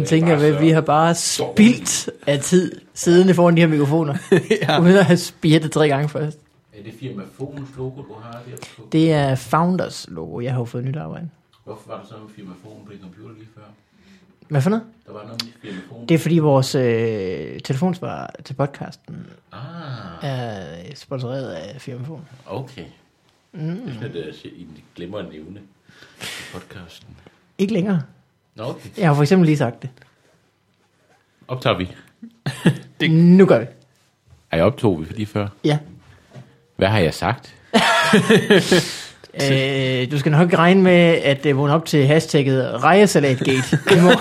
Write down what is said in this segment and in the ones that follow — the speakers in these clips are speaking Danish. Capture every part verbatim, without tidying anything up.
man tænker, at vi har bare spildt af tid siddende foran de her mikrofoner, ja. Uden at have spirtet tre gange først. Er det Firma Fones logo, du har der på? Det er Founders logo. Jeg har jo fået nyt arbejde. Hvorfor var der så en Firma Fone på din computer lige før? Hvad for noget? Der var noget med Firma Fone. Det er fordi vores øh, telefonsvar til podcasten ah. er sponsoreret af Firma Fone. Okay. Mm. Det er det, I glemmer at nævne podcasten. Ikke længere. Okay. Jeg har for eksempel lige sagt det. Optager vi? det... Nu gør vi. Ej, optog vi lige før? Ja. Hvad har jeg sagt? øh, du skal nok regne med, at det vågne op til hashtagget Rejesalatgate.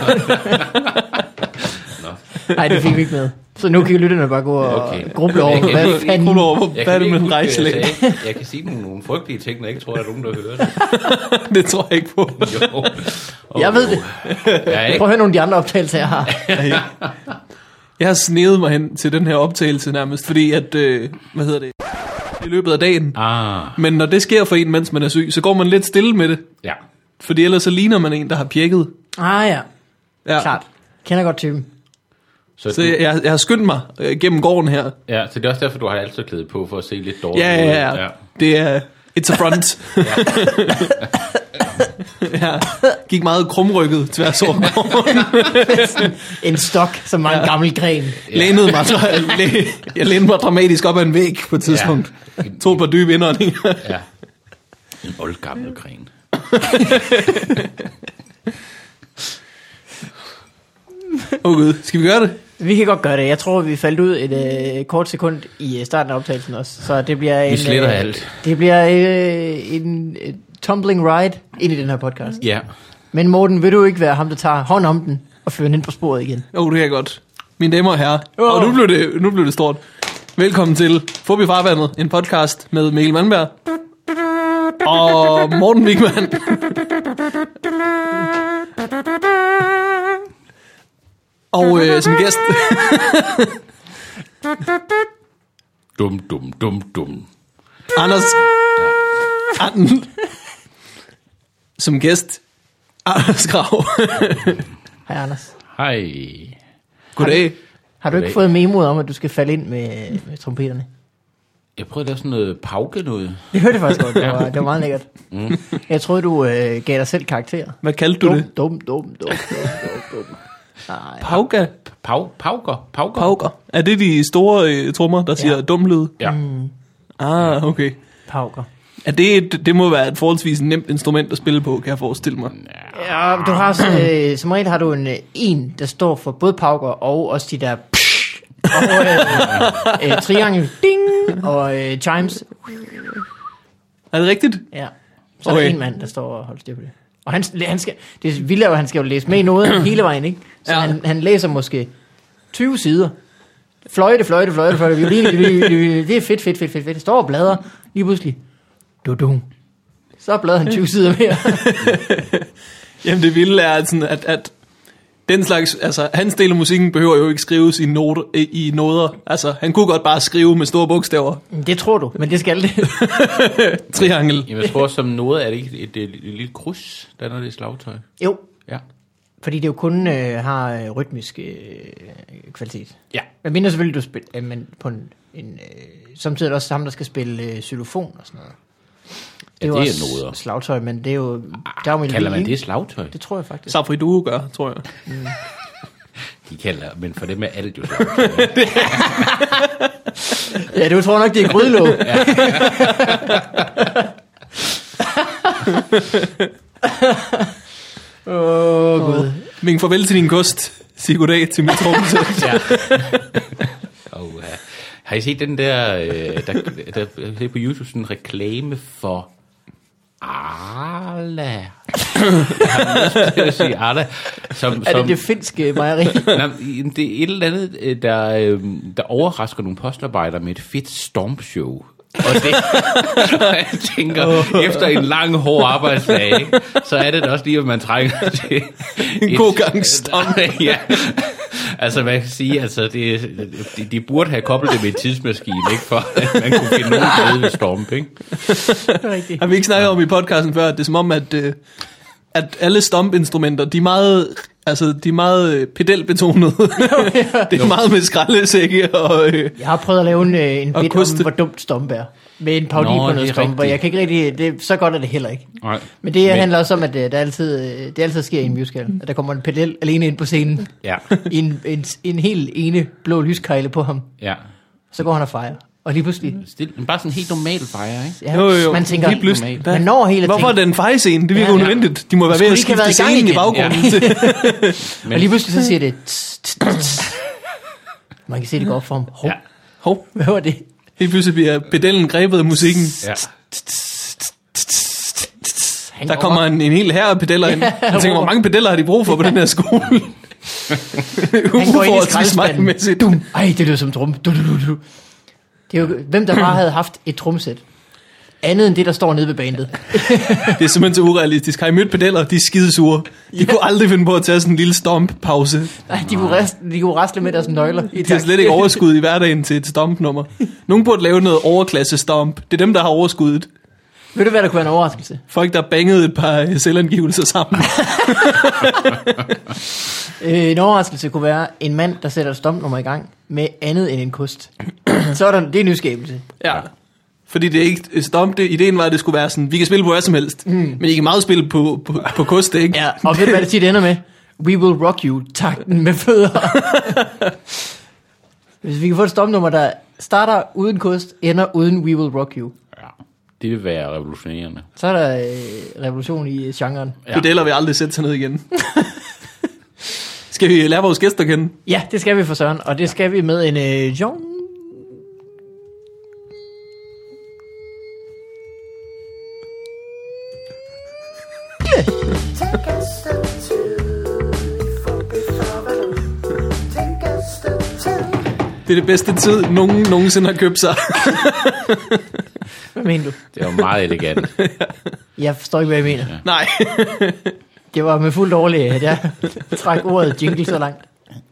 Nej, det fik vi ikke med. Så nu kan lytterne bare gå og okay. gruble over, hvad fanden... Gruble over, hvad er det med en rejselat? Jeg, jeg kan sige nogle, nogle frygtelige ting, jeg ikke tror, at der er nogen, der hører det. Det tror jeg ikke på. Jo. Oh, jeg ved det. Jeg Prøv at høre nogle af de andre optagelser, jeg har. Jeg har snedet mig hen til den her optagelse nærmest, fordi at, øh, hvad hedder det, i løbet af dagen. Ah. Men når det sker for en, mens man er syg, så går man lidt stille med det. Ja. Fordi ellers så ligner man en, der har pjekket. Ah ja, ja. Klart. Kender godt typen. Så, så jeg, jeg har skyndt mig øh, gennem gården her. Ja, så det er også derfor, du har altid klædet på, for at se lidt dårligt. Ja, ja, ja. ja. Det er, it's a front. Ja, gik meget krumrykket tværs over gården. En stok, som var en ja. gammel gren. Ja. Lænede mig, læ, jeg lænede mig dramatisk op ad en væg på et tidspunkt. Ja. Tog et par dybe indåndinger. Ja. En oldgammel gren. Åh oh, gud, skal vi gøre det? Vi kan godt gøre det. Jeg tror, vi faldt ud et øh, kort sekund i starten af optagelsen også. Så det bliver vi en, sletter øh, alt. Det bliver øh, en øh, tumbling ride ind i den her podcast. Ja. Men Morten, vil du ikke være ham, der tager hånd om den og fører den ind på sporet igen? Jo, oh, det kan jeg godt. Mine damer og herrer. Oh. Og nu blev, det, nu blev det stort. Velkommen til Forbi Farvandet, en podcast med Mikkel Malmberg og Morten Wigman. Og øh, som gæst... dum, dum, dum, dum. Anders... Ja. Anden. Som gæst... Anders Grav. Hej, Anders. Hej. Goddag. Har du, har du ikke fået memoet om, at du skal falde ind med, med trompeterne? Jeg prøvede at lave sådan noget pauke noget. Det hørte jeg faktisk godt. Det var, det var meget lækkert. Mm. Jeg troede, du øh, gav dig selv karakter. Hvad kaldte du dum, det? Dum, dum, dum, dum, dum, dum. Pauka? Pau, pauker, pauker. Pauker. Er det de store øh, trommer, der siger ja. dumlyd? Ja. Mm. Ah, okay. Pauker. Er det, det må være et forholdsvis nemt instrument at spille på, kan jeg forestille mig. Ja, du har så, øh, som regel har du en, en, der står for både pauker og også de der og øh, øh, triangel, ding, og øh, chimes. Er det rigtigt? Ja. Så okay. Er der en mand, der står og holder styr på det. Og han, han skal, det vilde er jo, han skal jo læse med i noget hele vejen, ikke? Så ja. han, han læser måske tyve sider. Fløjte, fløjte, fløjte, fløjte. Det er fedt, fedt, fedt, fedt, fedt. Det står og bladrer lige pludselig. Du, du. Så bladrer han tyve sider mere. Jamen det vilde er sådan, at, at den slags, altså hans del af musikken behøver jo ikke skrives i, noter, i noder. Altså han kunne godt bare skrive med store bogstaver. Det tror du, men det skal det. Triangel. Jamen, jeg tror som noget er det ikke et, et, et, et lille kryds, der når det er slagtøj. Jo. Ja. Fordi det jo kun øh, har øh, rytmisk øh, kvalitet. Ja. Men mindre selvfølgelig du spiller, øh, men på en, en øh, samtidig er det også ham der skal spille øh, xylofon og sådan noget. Det er ja, jo det også er noder. slagtøj, men det er jo... Der er jo kalder man det slagtøj? Det tror jeg faktisk. Safri Duo gør, tror jeg. Mm. De kalder, men for dem er alt jo slagtøj. Ja, du tror nok, det er grydelåg. Åh, oh, gud. Ming, farvel til din kost. Sig goddag til mit trommesæt. Ja. Oh, uh. Har I set den der, øh, der, der, der på YouTube sådan en reklame for Arla? Jeg vil sige Arla. Som, er som, det det finske mejeri? Nej, det er et eller andet, der, der overrasker nogle postarbejdere med et fedt stompshow. Og det, og jeg tænker, oh. efter en lang, hård arbejdsdag, ikke, så er det også lige, at man trænger til en et, god gang stomp. Ja. Altså, man kan sige, altså, det, de, de burde have koblet det med en tidsmaskine, ikke, for at man kunne finde nogen glæde ved stomp, ikke? Rigtigt. Har vi ikke snakket om i podcasten før, at det er som om, at, at alle stomp-instrumenter, de er meget Altså, de er meget øh, pedalbetonede. Det er meget med skraldesække og... Øh, jeg har prøvet at lave en, øh, en og bit koste. om, hvor dumt Stomp er. Med en parodi Nå, på det noget er Stomp, og rigtigt. jeg kan ikke rigtig... Det, så godt er det heller ikke. Nej. Men det Men- handler også om, at øh, der altid, øh, det altid sker i en musical. At der kommer en pedel alene ind på scenen. Ja, I en, en, en helt ene blå lyskejle på ham. ja. Så går han og fejrer. Og lige pludselig... Stil, bare sådan helt normal fejre, ikke? Ja, Jo, jo, man tænker, lige pludselig. man når helt at Hvorfor er tænke, den fejscene? Det virker Ja, ja, ja. unødvendigt. De må være ved at Skulle de ikke skifte have været i gang scenen i igen? baggrunden. Men, og lige pludselig så siger det... tss, tss, tss. Man kan se det går op for ham. Hov, ja, Hov, hvad var det? helt pludselig bliver pedellen grebet af musikken. ja. Han Der går kommer op. en, en hel hær af pedeller ind. Jeg tænker, hvor mange pedeller har de brug for på den her skole? Han går ind i Uforholdsvis skraldespanden. mæssigt. Dum. Ej, det lyder som trum. Du, du, du, du. Det er jo, hvem der bare havde haft et trumsæt. Andet end det, der står nede ved bandet. Det er simpelthen så urealistisk. Har I mødt pedeller? De er skidesure. De ja. kunne aldrig finde på at tage sådan en lille stomp-pause. Nej, de kunne, rest, de kunne rastle med deres nøgler. I De har slet ikke overskud i hverdagen til et stomp-nummer. Nogen burde lave noget overklasse stomp. Det er dem, der har overskuddet. Ved du, hvad der kunne være en overraskelse? Folk, der har banget et par øh, selvangivelser sammen. Øh, en overraskelse kunne være en mand, der sætter et stompnummer i gang med andet end en kost. Så er der, det er en nyskabelse. Ja. Fordi det er ikke stomp. Det, ideen var, at det skulle være sådan, vi kan spille på hvad som helst. Mm. Men I kan meget spille på, på, på kost, ikke? Ja, og ved du, hvad det tit ender med? We will rock you, takten med fødder. Hvis vi kan få et stompnummer, der starter uden kost, ender uden We will rock you, Ja, det vil være revolutionerende. så er der øh, revolution i øh, genren. Ja. Pedeller vil aldrig sætte sig ned igen. Skal vi lære vores gæster kende? Ja, det skal vi for Søren, og det skal vi med en øh, John. Take a step two, for before Take a step two. Det er det bedste tid, nogen nogensinde har købt sig. Hvad mener du? Det var meget elegant. Jeg forstår ikke, hvad jeg mener. Nej. Det var med fuldt overlæg, at jeg træk ordet jingle så langt.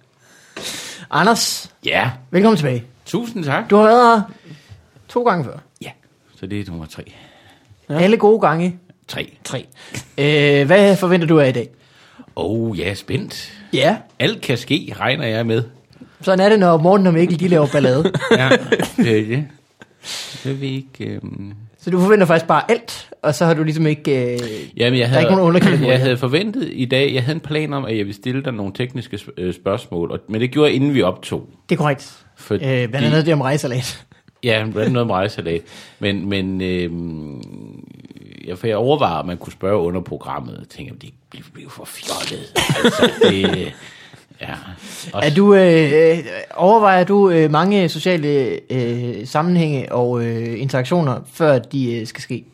Anders, Ja, velkommen tilbage. tusind tak. Du har været her to gange før. Ja, så det er nummer tre. Ja. Alle gode gange. Tre. Tre. Øh, hvad forventer du af i dag? Åh, oh, jeg er spændt. Ja, Alt kan ske, regner jeg med. sådan er det, når Morten og Mikkel de laver ballade. Ja, det er det. Det vil ikke... Øhm... Så du forventer faktisk bare alt, og så har du ligesom ikke... Øh... Jamen, jeg Der er havde, ikke nogen underkategorier. jeg havde forventet i dag, jeg havde en plan om, at jeg ville stille dig nogle tekniske sp- øh, spørgsmål, og, men det gjorde jeg, inden vi optog. Det er korrekt. Fordi, Øh, blandt andet det om rejsalat. Ja, blandt andet noget med rejsalat. Men, men øh, jeg, for jeg overvejer, at man kunne spørge under programmet. Jeg tænker, det bliver bliver for fjollet. Altså, det, ja. Og, Er du, øh, overvejer du øh, mange sociale øh, sammenhænge og øh, interaktioner, før de øh, skal ske?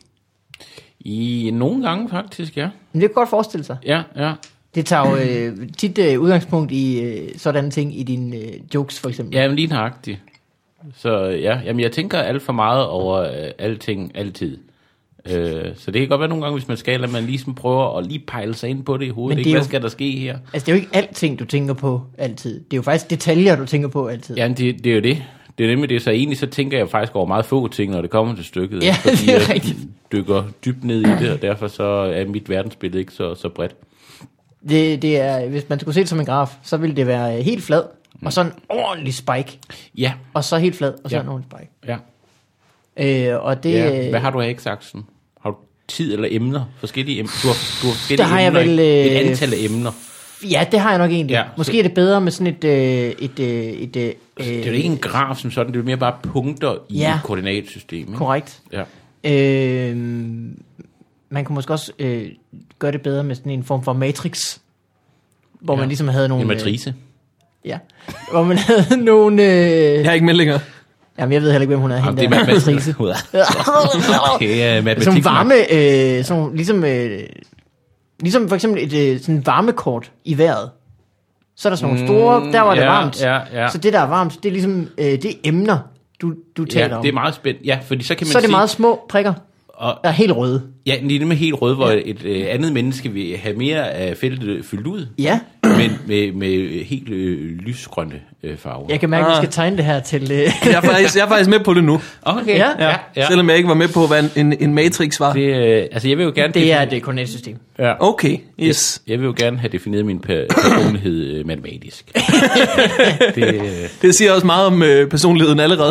I nogle gange faktisk, ja. Men det kan godt forestille sig. Ja, ja. Det tager jo øh, tit øh, udgangspunkt i øh, sådanne ting i dine øh, jokes, for eksempel. Ja, men lige nøjagtigt. Så ja, jamen jeg tænker alt for meget over øh, alting altid. Øh, så det kan godt være nogle gange, hvis man skal, at man ligesom prøver at lige pejle sig ind på det i hovedet. Men Ikke? det er Hvad jo- skal der ske her? Altså, det er jo ikke alting, du tænker på altid. Det er jo faktisk detaljer, du tænker på altid. Ja, det, det er jo det. Det er nemlig det, så egentlig så tænker jeg faktisk over meget få ting, når det kommer til stykket. Ja, fordi det er jeg rigtigt. dykker dybt ned i det, og derfor så er mit verdensbillede ikke så, så bredt. Det, det er, hvis man skulle se det som en graf, så ville det være helt flad, og så en ordentlig spike, Ja, og så helt flad, og så Ja. en ordentlig spike. ja. Øh, og det, ja. Hvad har du af eksaksen? Har du tid eller emner? Forskellige emner? Du har, du har forskellige Der har jeg emner, vel, ikke? øh, Et antal af emner. Ja, det har jeg nok egentlig. Ja, Ja, så- Måske er det bedre med sådan et... Øh, et, øh, et øh, Det er jo ikke en graf som sådan, det er jo mere bare punkter i Ja. et koordinatsystem. Ikke? korrekt. Ja. Øh, man kunne måske også øh, gøre det bedre med sådan en form for matrix, hvor Ja. man ligesom havde nogle... En matrice. Øh, ja, hvor man havde nogle... Øh, Jeg har ikke meldinger. jamen, jeg ved heller ikke, hvem hun er. Jamen, Hende det er der, matrice. matematik. Det er Sådan matematik. nogle varme, øh, sådan nogle, ligesom, øh, ligesom for eksempel et øh, sådan varmekort i vejret. Så er der sådan nogle store, der var det ja, varmt. ja, ja. Så det der er varmt, det er ligesom, øh, det er emner, du, du taler Ja, om. det er meget spændt. Ja, fordi så kan man Så er det sige, meget små prikker. Og, Der er helt røde. ja, lige med helt rød, hvor et øh, andet menneske vil have mere af feltet fyldt ud, Ja. men med, med helt øh, lysgrønne øh, farver. Jeg kan mærke, at vi Ah. skal tegne det her til... Øh, Jeg er, faktisk, jeg er faktisk med på det nu. Okay, Ja. ja, ja. Selvom jeg ikke var med på, hvad en, en matrix var. Det, øh, altså, jeg vil jo gerne... det er det koordinatsystem. Ja. Okay, yes. Jeg vil jo gerne have defineret min per- personlighed øh, matematisk. det, øh, Det siger også meget om øh, personligheden allerede.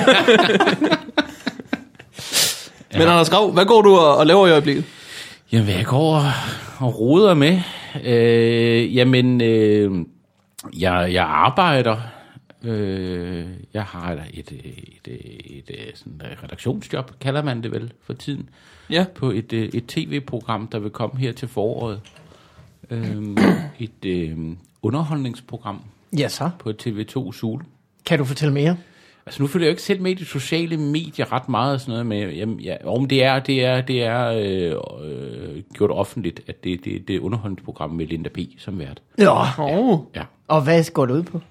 Men Anders Grav, hvad går du og, og laver i øjeblikket? jamen, hvad jeg går og, og roder med? Øh, jamen, øh, jeg, jeg arbejder. Øh, jeg har et, et, et, et, et sådan et redaktionsjob, kalder man det vel for tiden, Ja. på et, øh, et tv-program, der vil komme her til foråret. Øh, et øh, underholdningsprogram Ja, så. på T V to Zulu. Kan du fortælle mere? Altså nu følger jeg jo ikke selv med i de sociale medier ret meget og sådan noget med, jamen, ja, om det er, det er, det er øh, øh, gjort offentligt, at det, det, det er underholdningsprogram med Linda P. som vært. Ja. Oh. Ja. Og hvad går det ud på?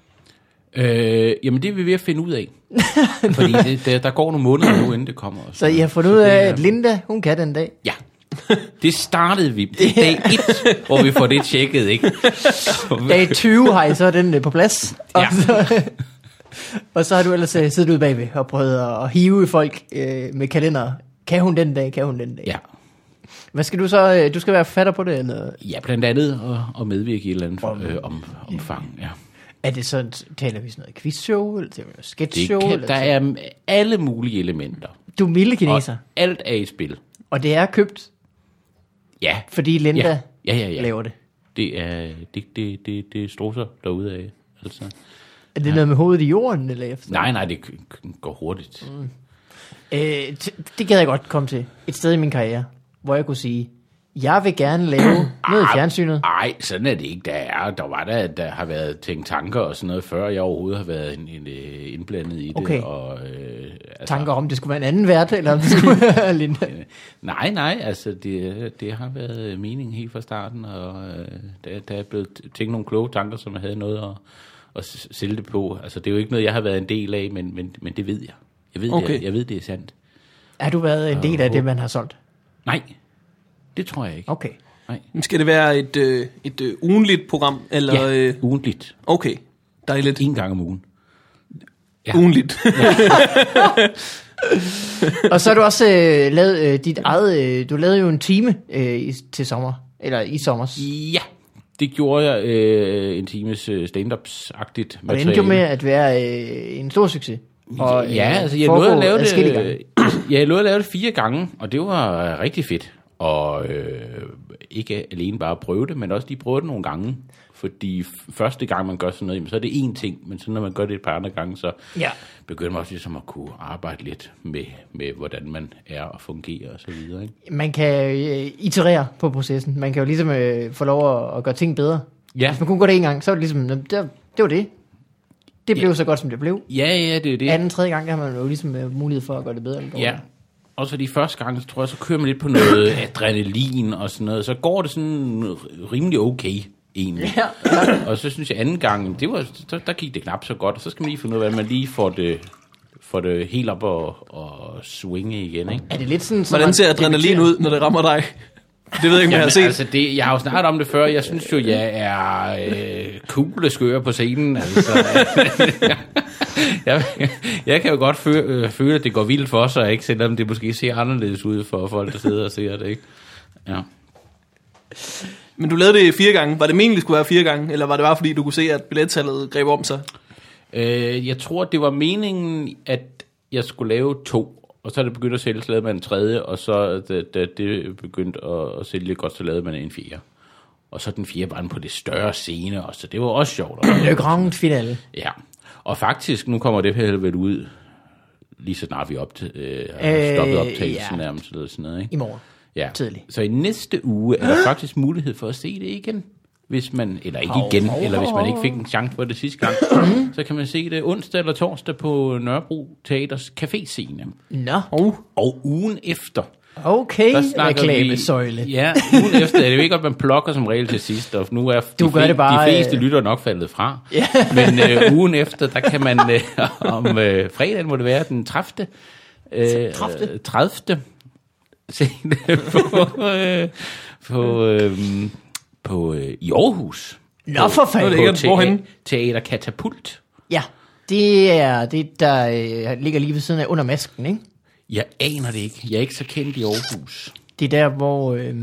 Øh, jamen det er vi ved at finde ud af. Fordi det, der, der går nogle måneder nu, inden det kommer. Så I har fundet ud af, at Linda, hun kan den dag. Ja. Det startede vi. Det er dag et, hvor vi får det tjekket, ikke? Dag tyve har I så den øh, på plads. Og, Ja. så, og så har du ellers øh, siddet ude bagved og prøvet at, at hive folk øh, med kalender. Kan hun den dag? Kan hun den dag? Ja. Hvad skal du så? Øh, du skal være forfatter på det? Eller? Ja, blandt andet at, at medvirke i et eller andet for, øh, om, omfang. Ja. Er det så, taler vi sådan noget quizshow, eller taler vi noget Det sketchshow? kan, eller der er alle mulige elementer. Du er milde Og kineser, alt er i spil. og det er købt, Ja. fordi Linda Ja, ja, ja. ja. laver det. Det er det, det, det, det er strusser derude af. Altså. Er det ja. noget med hovedet i jorden, eller efter? Nej, nej, det k- k- går hurtigt. Mm. Øh, t- det gad jeg godt komme til. Et sted i min karriere, hvor jeg kunne sige, jeg vil gerne lave noget i fjernsynet. Nej, sådan er det ikke. Der, er, der var der, der har været tænkt tanker og sådan noget, før jeg overhovedet har været en, en, en, indblandet i det. Okay. Og, øh, altså, Tanker om, det skulle være en anden vært, eller om det skulle være Linda. Nej, nej, altså det, det har været meningen helt fra starten, og øh, der, der er blevet tænkt nogle kloge tanker, som jeg havde noget at, at s- sælge det på. Altså det er jo ikke noget, jeg har været en del af, men, men, men det ved jeg. Jeg ved, Okay. det, jeg ved, det er sandt. Har du været en del af det, man har solgt? Nej, det tror jeg ikke. Okay. Nej. Skal det være et, øh, et øh, ugenligt program? Eller, Ja, øh, ugentligt. okay, dejligt. En gang om ugen. Ja. Ugenligt. Og så har du også øh, lavet øh, dit eget, øh, du lavede jo en time øh, i, til sommer, eller i sommers. Ja, det gjorde jeg øh, en times øh, stand-ups-agtigt Og det endte jo med at være øh, en stor succes. Og, ja, øh, altså jeg foregå nåede at lave adskillige det, gange. ja, jeg nåede at lave det fire gange, og det var rigtig fedt. Og øh, ikke alene bare at prøve det, men også lige prøve det nogle gange. Fordi f- første gang man gør sådan noget, jamen, så er det én ting, men så når man gør det et par andre gange, så Ja. begynder man også ligesom at kunne arbejde lidt med, med hvordan man er og fungerer og så videre. Ikke? Man kan øh, iterere på processen. Man kan jo ligesom øh, få lov at, at gøre ting bedre. Ja. Hvis man kunne gå det en gang, så var det ligesom, "Nå, det, det var det. Det blev Ja. så godt, som det blev. Ja, ja, det er det. Anden, tredje gang, der har man jo ligesom øh, mulighed for at gøre det bedre. Eller Ja, dårligere. også fordi første gang, så tror jeg, så kører man lidt på noget adrenalin og sådan noget, så går det sådan rimelig okay, egentlig. Ja, ja. Og så synes jeg anden gang, det var, der, der gik det knap så godt, og så skal man lige finde ud af, hvordan man lige får det, får det helt op og, og swinge igen, ikke? Er det lidt sådan... som Hvordan man ser adrenalin debuterer? ud, når det rammer dig? Det ved jeg ikke, om jeg har Jamen, set. altså det, jeg har jo snakket om det før. Jeg synes jo, jeg er øh, kugleskør på scenen. Altså, jeg, jeg kan jo godt føle, øh, føle, at det går vildt for sig, ikke? Selvom det måske ser anderledes ud for folk, der sidder og ser det, ikke? Ja. Men du lavede det fire gange. Var det meningen, det skulle være fire gange? Eller var det bare fordi, du kunne se, at billettallet greb om sig? Øh, jeg tror, det var meningen, at jeg skulle lave to. Og så er det begyndt at sælge, så lavede man en tredje. Og så da, da det begyndte at, at sælge godt, så lavede man en fjerde. Og så den fjerde var på det større scene, og så det var også sjovt. Le Grand Finale. Ja, og faktisk, nu kommer det her vel ud, lige så snart vi optaget, øh, har Øh, stoppet optagelsen ja. nærmest, eller sådan noget, ikke? I morgen. Ja. tidligt. Så i næste uge er der faktisk mulighed for at se det igen, hvis man, eller ikke Hov, igen, hov, eller hvis man hov. ikke fik en chance for det sidste gang, så kan man se det onsdag eller torsdag på Nørrebro Teaters caféscene. Nå, Oh. Og ugen efter, okay, der snakker vi... reklamesøjle. Ja, ugen efter, det er jo ikke godt, man plukker som regel til sidst, og nu er Du de, gør det bare, de fleste øh, lytter nok faldet fra. Ja. Men øh, ugen efter, der kan man, øh, om øh, fredagen må det være den tredivte Øh, tredivte? tredivte set det på, øh, på, øh, på øh, i Aarhus. Nå for fanden. Nå, det er På Hvorhenne? te- Teater Katapult. Ja, det er det, der øh, ligger lige ved siden af under masken, ikke? Jeg aner det ikke. Jeg er ikke så kendt i Aarhus. Det er der, hvor... Øh,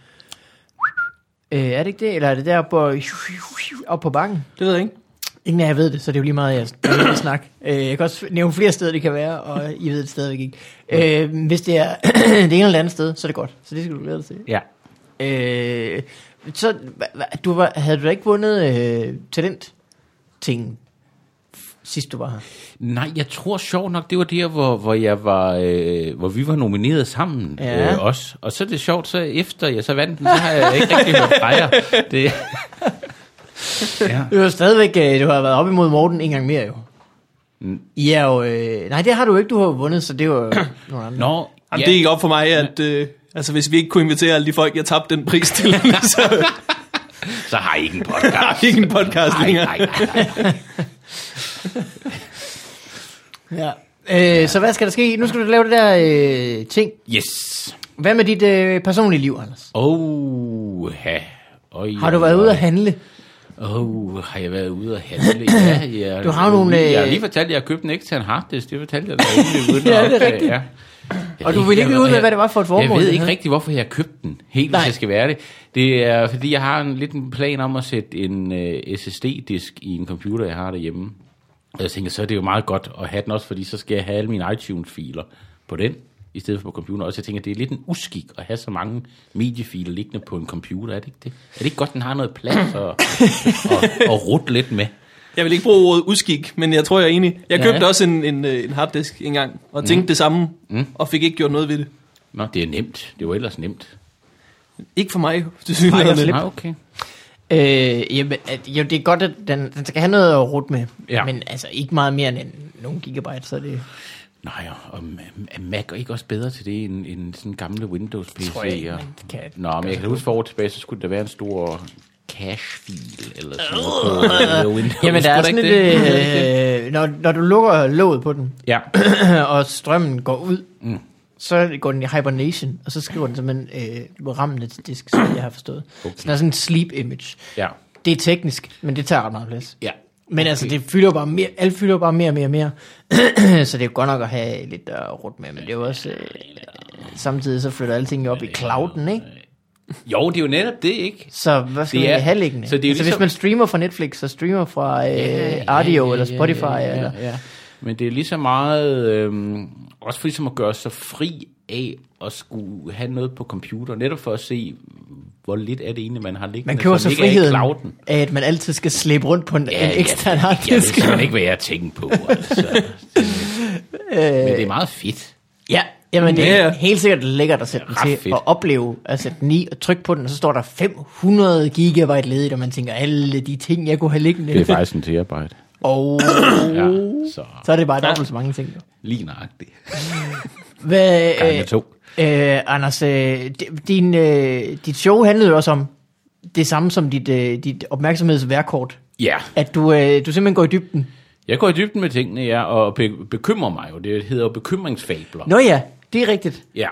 øh, er det ikke det? Eller er det der på, op på bakken? Det ved jeg ikke. Ingen af jer ved det, så det er jo lige meget, jeg jeg vil snakke. Øh, jeg kan også nævne flere steder, det kan være, og I ved det stadigvæk ikke. Øh, hvis det er det ene eller andet sted, så er det godt. Så det skal du glæde dig til. Ja. Øh, så hva- hva- du var, havde du da ikke vundet øh, talent-ting, sidst du var her? Nej, jeg tror sjovt nok, det var der, hvor, hvor, jeg var, øh, hvor vi var nomineret sammen Ja. øh, også. Og så er det sjovt, så efter jeg så vandt den, så har jeg ikke rigtig hørt fra jer. Det, ja. Du har stadigvæk, øh, du har været op imod Morten en gang mere jo. Mm. I er jo, øh, nej det har du ikke, du har jo vundet, så det er jo nogle andre. Nå, Jamen, ja. det gik op for mig, at øh, altså, hvis vi ikke kunne invitere alle de folk, jeg tabte den pris til, så Så har I ikke en har podcast. vi ikke en podcast Nej, længere. nej, nej, nej. Ja. Øh, så hvad skal der ske? Nu skal du lave det der øh, ting. Yes. Hvad med dit øh, personlige liv, Anders? Oh, ha. Oj, Har du været ude at handle? Oh, har jeg været ude at handle? Ja, ja. Du har nogle, Jeg har øh, lige fortalt, at jeg har købt en ekstern harddisk. Det fortalte jeg dig inden vi Ja, det er rigtigt. Ja. Og du vil ikke ud med, hvad det var for et formål, Jeg ved det ikke havde? rigtig, hvorfor jeg købte den. Helt, Nej. hvis jeg skal være det. Det er, fordi jeg har en lidt en plan om at sætte en uh, S S D-disk i en computer, jeg har derhjemme. Og jeg tænker, så er det jo meget godt at have den også, fordi så skal jeg have alle mine iTunes-filer på den, i stedet for på computeren. Og så jeg tænker, det er lidt en uskik at have så mange mediefiler liggende på en computer. Er det ikke det? Er det ikke godt, den har noget plads og, og, og rutte lidt med? Jeg vil ikke bruge ordet uskik, men jeg tror, jeg er enig. Jeg Ja. købte også en, en, øh, en harddisk engang, og tænkte mm. det samme, Mm. og fik ikke gjort noget ved det. Nå, det er nemt. Det var ellers nemt. Ikke for mig, det synes Nej, jeg jeg. slipper. Ah, okay. Øh, jamen, at, jo, det er godt, at den, den skal have noget at rute med. Ja. Men altså ikke meget mere end en, nogle gigabyte, så er det... Nej, og er Mac er ikke også bedre til det end, end sådan en gamle Windows-P C? Tror jeg ikke, og- men det kan- Nå, men jeg kan huske for år tilbage, så skulle der være en stor cache-fil eller sådan noget på øh, Windows. Jamen, der er Skulle sådan ikke et... Øh, når, når du lukker låget på den, Ja. og strømmen går ud, Mm. så går den i hibernation, og så skriver den simpelthen øh, rammene til disk, som jeg har forstået. Okay. Så der er sådan en sleep image. Ja. Det er teknisk, men det tager ret meget plads. Ja. Men Okay. altså, det fylder jo bare mere, alt fylder jo bare mere og mere og mere. Så det er jo godt nok at have lidt at rute med, men det er jo også... Øh, samtidig så flytter alting jo op i clouden, ikke? Jo, det er jo netop det, ikke? Så hvad skal Det man er- have liggende? så det er jo altså, ligesom- hvis man streamer fra Netflix, så streamer fra øh, Audio eller Spotify, ja, ja, eller... ja. Men det er lige så meget, øhm, også for ligesom at gøre sig fri af at skulle have noget på computer, netop for at se, hvor lidt er det egentlig, man har liggende, Man køber så som ikke er i friheden clouden. af, at man altid skal slæbe rundt på en, Ja, en ekstern Jeg harddisk. ved simpelthen ikke, hvad jeg tænker på, altså. Men det er meget fedt. Ja, jamen det er Ja, ja. helt sikkert lækkert at sætte den Ret til fedt. at opleve, at sætte den i og trykke på den, og så står der fem hundrede gigabyte ledigt, og man tænker, alle de ting, jeg kunne have liggende. Det er faktisk en terabyte. Og Ja, så så er det bare dobbelt så mange ting. jo. lige nøjagtigt. Hvad, Gange øh, to. øh, Anders, øh, di- din, øh, dit show handlede jo også om det samme som dit, øh, dit opmærksomhedsværkort. Ja, At du, øh, du simpelthen går i dybden. jeg går i dybden med tingene, ja, og be- bekymrer mig jo. Det hedder jo bekymringsfabler. Nå ja, det er rigtigt. Ja.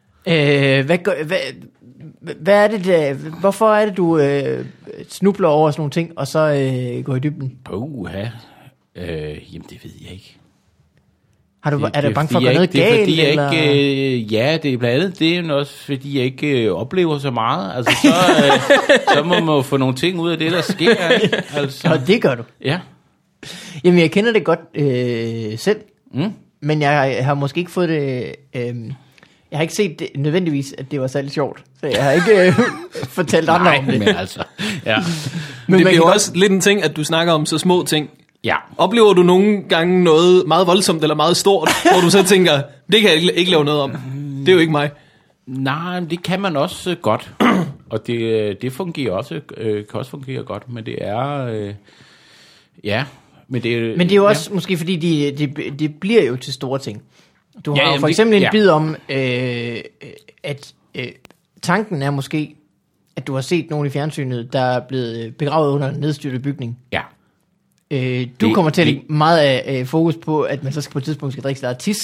Øh, hvad, gør, hvad, hvad er det, der, hvorfor er det, du øh, snubler over sådan nogle ting, og så øh, går i dybden? Puha. Øh, jamen, det ved jeg ikke. Har du, Det- er du det bange for at fordi gøre jeg noget ikke- det er, galt? fordi jeg eller? ikke, øh, ja, det er blandt andet det, men også fordi jeg ikke øh, oplever så meget. Altså, så, øh, så må man jo få nogle ting ud af det, der sker. Ikke? Altså, Nå, det gør du. ja. Jamen, jeg kender det godt øh, selv, Mm. men jeg, jeg har måske ikke fået det... Øh, jeg har ikke set det, nødvendigvis, at det var særlig sjovt, så jeg har ikke øh, fortalt andre Nej, om det. men altså, ja. Men Men det man bliver jo kan også lidt en ting, at du snakker om så små ting. Ja. Oplever du nogle gange noget meget voldsomt eller meget stort, hvor du så tænker, det kan jeg ikke, ikke lave noget om. Det er jo ikke mig. Nej, men det kan man også øh, godt. Og det, øh, det fungerer også, øh, kan også fungere godt, men det er... Øh, ja, men det, Men det er jo også ja. måske fordi, de, de, de bliver jo til store ting. Du Ja, har jo jamen for det- eksempel en ja. bid om, øh, at øh, tanken er måske, at du har set nogen i fjernsynet, der er blevet begravet under en nedstyrtet bygning. Ja, Øh, du Det- kommer til at det- lægge meget af øh, fokus på, at man så skal på et tidspunkt skal drikke sig tis,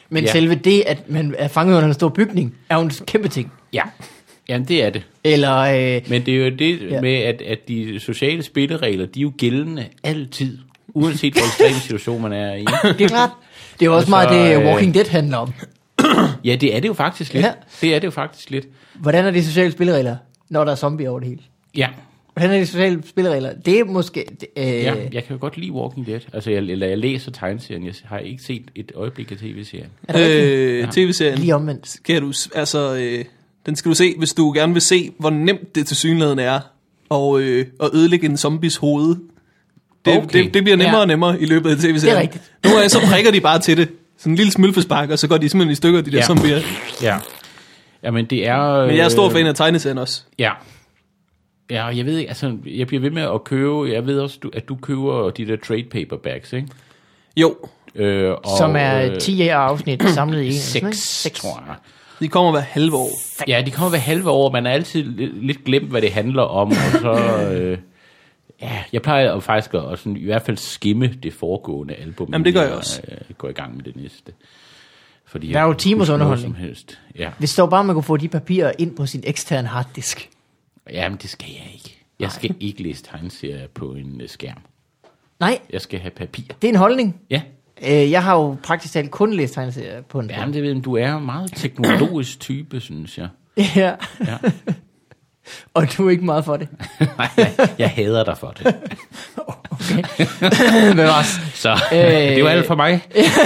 Men Ja. selve det, at man er fanget under en stor bygning, er jo en kæmpe ting. Ja, jamen det er det. Eller, øh, Men det er jo det Ja. ja. med, at, at de sociale spilleregler, de er jo gældende altid, uanset hvor ekstrem situation man er i. det er klart. Det er jo også Altså, meget det, øh, Walking Dead handler om. Ja, det er det jo faktisk lidt. Ja. Ja. Det er det jo faktisk lidt. Hvordan er de sociale spilleregler, når der er zombier over det hele? Ja, Hvordan er de sociale spilleregler? Det er måske... Det, øh, ja, jeg kan jo godt lide Walking Dead. Altså, jeg, eller jeg læser tegneserien. Jeg har ikke set et øjeblik af tv-serien. er det rigtigt? Øh, Ja. tv-serien. Lige omvendt. Kan du, s- altså, øh, den skal du se, hvis du gerne vil se, hvor nemt det til synligheden er og, øh, at ødelægge en zombies hoved. Det, Okay. det, det bliver nemmere Ja. og nemmere i løbet af tv-serien. Det er rigtigt. Nogle gange så prikker de bare til det. Sådan en lille smølfespark, og så går de simpelthen i stykker, de der Ja. zombier. Ja. Jamen, det er... Men jeg er stor øh, fan af tegneserien også. Ja. Ja, og jeg ved ikke, altså, jeg bliver ved med at købe, jeg ved også, du, at du køber de der trade paperbacks, ikke? Jo, Øh, og, Som er øh, ti afsnit samlet i en. seks, Seks. tror jeg. de kommer hver halve år. Ja, de kommer hver halve år, man er altid li- lidt glemt, hvad det handler om, og så... Øh, ja, jeg plejer at faktisk at, at sådan, i hvert fald skimme det foregående album. Jamen, det gør jeg inden også. Øh, går i gang med det næste. Fordi Der er jo jeg timers husker noget underholdning. Som helst. Ja. Hvis det var bare, man kunne få de papirer ind på sin eksterne harddisk. Jamen, det skal jeg ikke. Jeg skal ikke læse tegneserier på en øh, skærm. Nej, Jeg skal have papir. det er en holdning. Ja. Øh, jeg har jo praktisk talt kun læst tegneserier på en Jamen, det ved jeg, du er en meget teknologisk type, synes jeg. Ja, Ja. og du er ikke meget for det. Nej, jeg, jeg hader dig for det. Okay. Bevares. Så øh, det var alt for mig.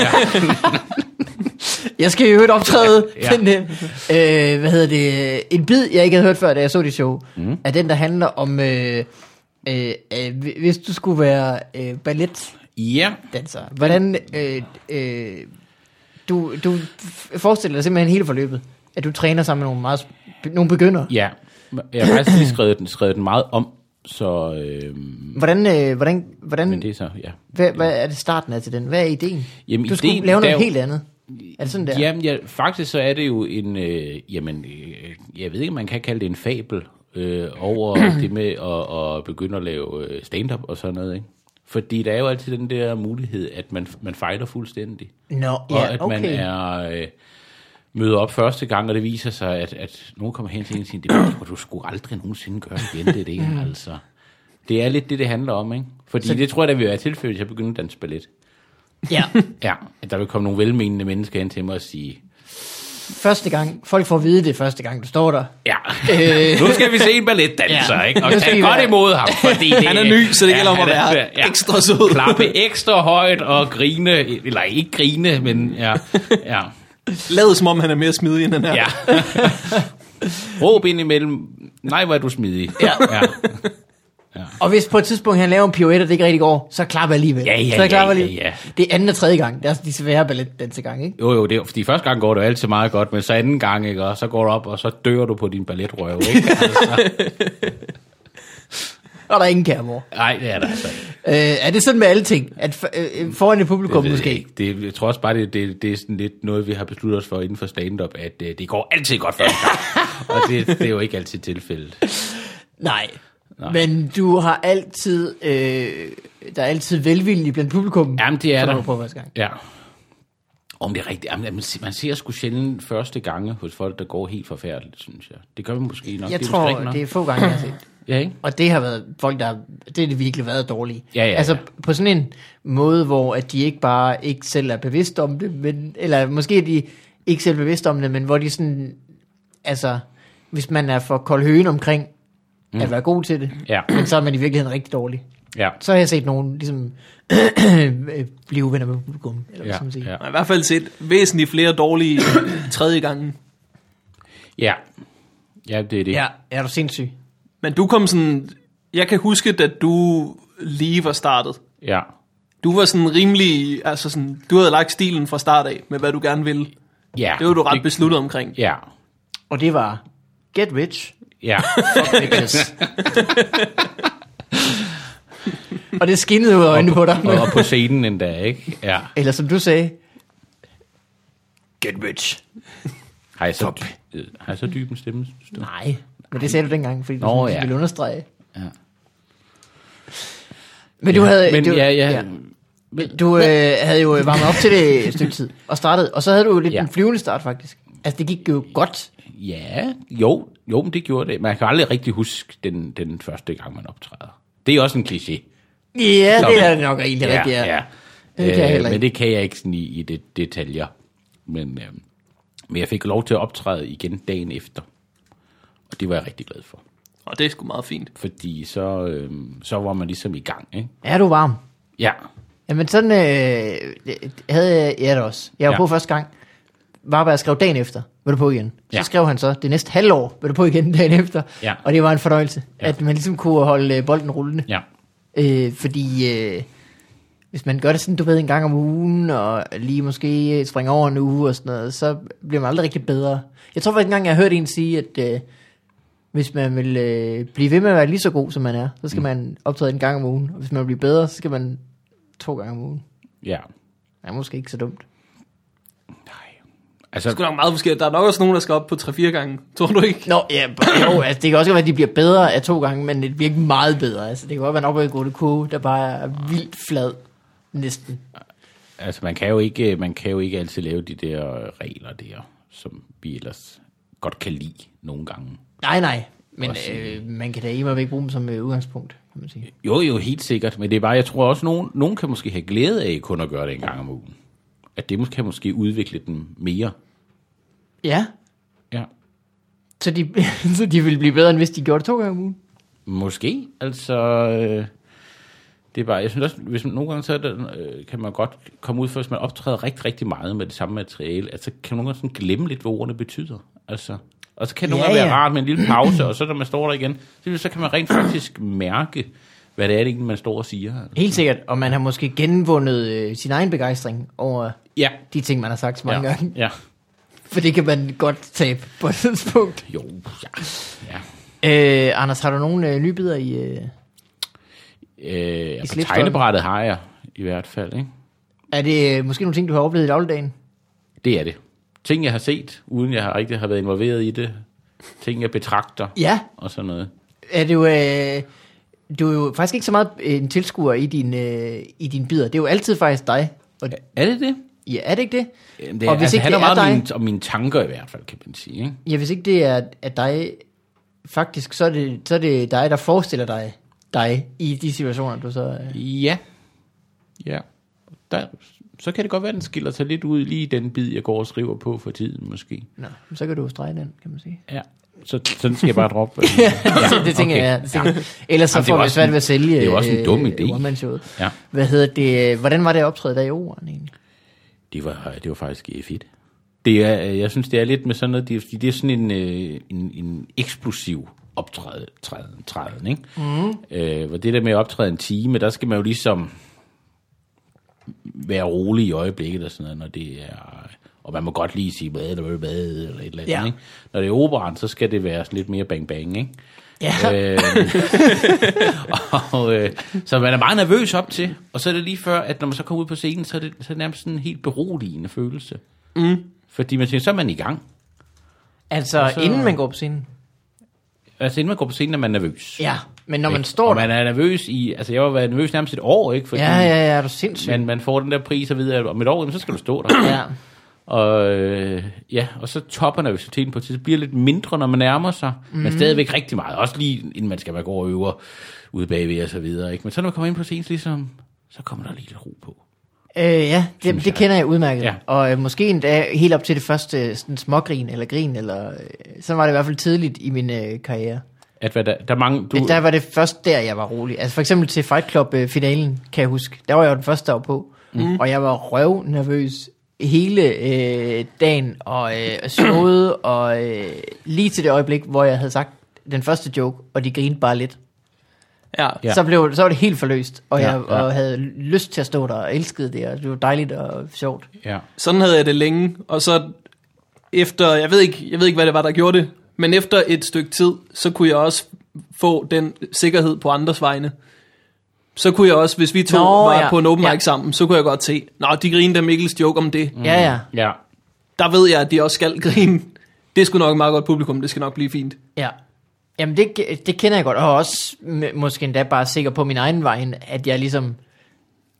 Jeg skal jo øvrigt optræde Ja. ja. den, øh, hvad hedder det, en bid, jeg ikke havde hørt før, da jeg så det show, mm. er den, der handler om, øh, øh, øh, hvis du skulle være øh, balletdanser, Ja, hvordan, øh, øh, du, du f- forestiller dig simpelthen hele forløbet, at du træner sammen med nogle, meget, sp- nogle begyndere. ja. Jeg har faktisk lige skrevet den, skrevet den meget om, så... Øh, Hvordan, øh, hvordan, hvordan men det er så, ja. hvad, hvad er det starten af til den? Hvad er ideen? Jamen, du skulle ideen- lave der er noget jo- helt andet. Er det sådan der? Jamen, ja, faktisk så er det jo en, øh, jamen, øh, jeg ved ikke, om man kan kalde det en fabel, øh, over det med at, at begynde at lave øh, stand-up og sådan noget, ikke? Fordi der er jo altid den der mulighed, at man, man fejler fuldstændig. Nå, Og ja, at okay. man er, øh, møder op første gang, og det viser sig, at, at nogen kommer hen til en og siger, det må du sgu aldrig nogensinde gøre igen, det er det, Mm. altså. Det er lidt det, det handler om, ikke? Fordi Så- det tror jeg, der vil være tilfældet, hvis jeg begynder at danse ballet. Ja, Ja, at der vil komme nogle velmenende mennesker hen til mig og sige, første gang, folk får at vide det første gang, du står der. ja, øh, nu skal vi se en balletdanser, Ja. ikke? Og Nu skal tag vi godt være- imod ham, fordi det, Han er ny, så det gælder om at han er- være ekstra sød. Klappe ekstra højt og grine, eller ikke grine, men ja, ja, Lad som om han er mere smidig end han er. ja. Råb ind imellem, nej, hvor er du smidig. Ja. ja. Og hvis på et tidspunkt han laver en pirouette, og det ikke rigtig går, så klapper jeg alligevel. Ja, ja, så jeg klapper ja, alligevel. ja, Det er anden og tredje gang. Det er altså de svære balletdansegang, ikke? Jo, jo, det er, fordi første gang går det jo altid meget godt, men så anden gang, ikke, og så går du op, og så dør du på din balletrøve, ikke? Altså, Og der er ingen kærmor. nej, det er der altså ikke. Øh, er det sådan med alle ting? At for, øh, foran et publikum Det ved jeg måske? ikke. Det, jeg tror også bare, det, det, det er sådan lidt noget, vi har besluttet os for inden for stand-up, at det, det går altid godt første gang. Og det, det er jo ikke altid tilfældet. Nej. Nej. Men du har altid, øh, der er altid velvilje blandt publikum. Jamen, det er så der. du på første gang. Ja. Om det er rigtigt. Jamen, man, man ser sgu sjældent første gange hos folk, der går helt forfærdeligt, synes jeg. Det gør vi måske nok. Jeg det er tror, måske ikke nok. det er få gange, jeg har set. Ja, ikke? Og det har været folk, der det har det virkelig været dårlige. Ja, ja, altså ja. på sådan en måde, hvor at de ikke bare ikke selv er bevidst om det, men, eller måske er de ikke selv bevidst om det, men hvor de sådan, altså, hvis man er for kold høen omkring mm. at være god til det, Ja. men så er man i virkeligheden rigtig dårlig. Ja. Så har jeg set nogen ligesom blive venner med publikum, eller hvad Ja, skal man sige. ja. Jeg har i hvert fald set væsentligt flere dårlige tredje gange. Ja. Ja, det er det. Ja, er du sindssyg? Men du kom sådan... Jeg kan huske, da du lige var startet. Ja. Du var sådan rimelig... Altså sådan, du havde lagt stilen fra start af, med hvad du gerne ville. Ja. Det var du ret besluttet omkring. Ja. Og det var get rich, Ja. fuck bitches. Og det skinnede ud af øjnene på dig. og, og på scenen endda, ikke? Ja. Eller som du sagde, get rich. Har jeg så, øh, har jeg så dyb en stemme, synes du? Nej, men det sagde du dengang, fordi du Nå, sådan, ja. ville understrege. Ja. Men du havde... Men du, ja, ja, Du øh, havde jo varmet op til det et stykke tid, og startede, og så havde du jo lidt Ja. en flyvende start, faktisk. Altså, det gik jo godt. Ja, jo, jo, men det gjorde det. Man kan aldrig rigtig huske den, den første gang, man optræder. Det er også en kliché. Ja, Så- det er det nok egentlig rigtigt, ja. ja. Det kan jeg heller Øh, ikke. men det kan jeg ikke sådan i, i det, detaljer. Men, øh, men jeg fik lov til at optræde igen dagen efter. Og det var jeg rigtig glad for. Og det er sgu meget fint. Fordi så, øh, så var man ligesom i gang, ikke? Er du varm? Ja, Jamen sådan øh, havde jeg ja, det også. Jeg var Ja. på første gang. Varberg skrev dagen efter, var du på igen. Så Ja. skrev han så, det næste halvår, var du på igen dagen efter. Ja. Og det var en fornøjelse, Ja. at man ligesom kunne holde øh, bolden rullende. ja. Øh, fordi øh, hvis man gør det sådan, du ved, en gang om ugen, og lige måske springer over en uge og sådan noget, så bliver man aldrig rigtig bedre. Jeg tror faktisk engang, jeg har hørt en sige, at øh, hvis man vil øh, blive ved med at være lige så god, som man er, så skal mm. man optræde en gang om ugen. Og hvis man vil blive bedre, så skal man to gange om ugen. Ja. Det er måske ikke så dumt. Altså, Det er sgu nok meget forskelligt. Der er nok også nogen, der skal op på tre-fire gange. Tror du ikke? Nå, ja, b- jo, altså, det kan også være, at de bliver bedre af to gange, men det bliver ikke meget bedre. Altså, det kan godt være en opadgående kurve, der bare er vildt flad, næsten. altså man, kan jo ikke, man kan jo ikke altid lave de der regler der, som vi ellers godt kan lide nogle gange. Nej, nej, men Også, øh, man kan da ikke væk bruge dem som øh, udgangspunkt, kan man sige. Jo, jo, helt sikkert. Men det er bare, jeg tror også, nogen, nogen kan måske have glæde af kun at gøre det en gang om ugen. At det måske kan måske udvikle den mere. Ja, Ja. så de, så de ville blive bedre, end hvis de gjorde det to gange om ugen. Måske. Altså, øh, det er bare, jeg synes også, hvis man, nogle gange så er det, øh, kan man godt komme ud for, hvis man optræder rigtig, rigtig meget med det samme materiale, altså kan man nogle gange sådan glemme lidt, hvad ordene betyder. Altså, og så kan det nogle Ja, gange være ja. rart med en lille pause, og så når man står der igen, så, så kan man rent faktisk mærke, hvad det er, det egentlig, man står og siger. Altså. Helt sikkert, og man har måske genvundet øh, sin egen begejstring over Ja. de ting, man har sagt så mange Ja. gange. Ja. For det kan man godt tabe på et tidspunkt. Jo, ja. ja. Øh, Anders, har du nogle øh, nye bidder i... Øh, Øh, ja, på slipstrømmen? tegnebrættet har jeg i hvert fald, ikke? er det øh, måske nogle ting, du har oplevet i dagligdagen? Det er det. Ting, jeg har set, uden jeg har rigtig har været involveret i det. Ting, jeg betragter, Ja, og sådan noget. er du, øh, du er jo faktisk ikke så meget en tilskuer i din, øh, i din bidder. Det er jo altid faktisk dig. Og, Er det det? ja, er det ikke det? Jamen, det Og er, hvis altså, ikke handler det er meget om dig- mine, om mine tanker i hvert fald, kan man sige. Ikke? Ja, hvis ikke det er, er dig, faktisk, så er, det, så er det dig, der forestiller dig dig i de situationer, du så... Øh. Ja. Ja. Der, så kan det godt være, at den skiller sig lidt ud lige i den bid, jeg går og skriver på for tiden, måske. Nå, så kan du jo strege den, kan man sige. Ja. Så sådan skal jeg bare droppe. Ja, det tænker okay. jeg. Det tænker jeg. Ellers så Jamen, det er får vi også svært en- ved at sælge det er jo også en dum idé. one-man-showet. Ja. Hvad hedder det? Hvordan var det optræde der i Oren egentlig? Det var, det var faktisk fedt. Det er, jeg synes, det er lidt med sådan noget, det er, det er sådan en, øh, en, en eksplosiv optræden, træden, træden, ikke? Mm. Øh, hvor det der med at optræde en time, der skal man jo ligesom være rolig i øjeblikket og sådan noget, når det er, og man må godt lige sige bad eller bad eller et eller andet, Ja. ikke? Når det er operan, så skal det være sådan lidt mere bang bang, ikke? Ja. Øh, og, øh, så man er meget nervøs op til, og så er det lige før, at når man så kommer ud på scenen, så er det, så er det nærmest sådan en helt beroligende følelse. Mm. Fordi man tænker, så er man i gang. Altså, Og så- inden man går på scenen? Altså inden man går på scenen, er man nervøs. Ja, men når man Ikke? står og der... man er nervøs i, altså jeg har været nervøs nærmest et år, ikke? Fordi Ja, ja, ja, er du sindssyg? man, man får den der pris og videre, at om et år, jamen, så skal du stå der. Ja. Og øh, ja, og så topper nervøsiteten på et tidspunkt, bliver lidt mindre, når man nærmer sig, mm. men stadigvæk rigtig meget. Også lige inden man skal være gå og øve ude bagved og så videre, ikke? Men så når man kommer ind på scenen, ligesom, så kommer der lige lidt ro på. Øh, ja, det, Synes det jeg. kender jeg udmærket. Ja. Og øh, måske endda helt op til det første sådan smågrin eller grin, eller øh, sådan var det i hvert fald tidligt i min øh, karriere. At hvad der, der er mange, du, Du... Der var det først der, jeg var rolig. Altså for eksempel til Fight Club-finalen, kan jeg huske. Der var jeg jo den første, der var på. Mm. Og jeg var røv nervøs hele øh, dagen, og øh, showet, og øh, lige til det øjeblik, hvor jeg havde sagt den første joke, og de grinede bare lidt. Ja. Ja. Så, blev, så var det helt forløst, og Ja, jeg ja. og havde lyst til at stå der, og elskede det, og det var dejligt og sjovt. ja. Sådan havde jeg det længe, og så efter, jeg ved ikke, jeg ved ikke hvad det var, der gjorde det, men efter et stykke tid, så kunne jeg også få den sikkerhed på andres vegne. Så kunne jeg også, hvis vi to Nå, var ja. på en open Ja. mic sammen, så kunne jeg godt se, nå, de griner der Mikkels joke om det. Mm. Ja, ja, Ja. Der ved jeg, at de også skal grine. Det er sgu nok et meget godt publikum, det skal nok blive fint. ja. Jamen det, det kender jeg godt, og også m- måske endda bare sikker på min egen vej, at jeg ligesom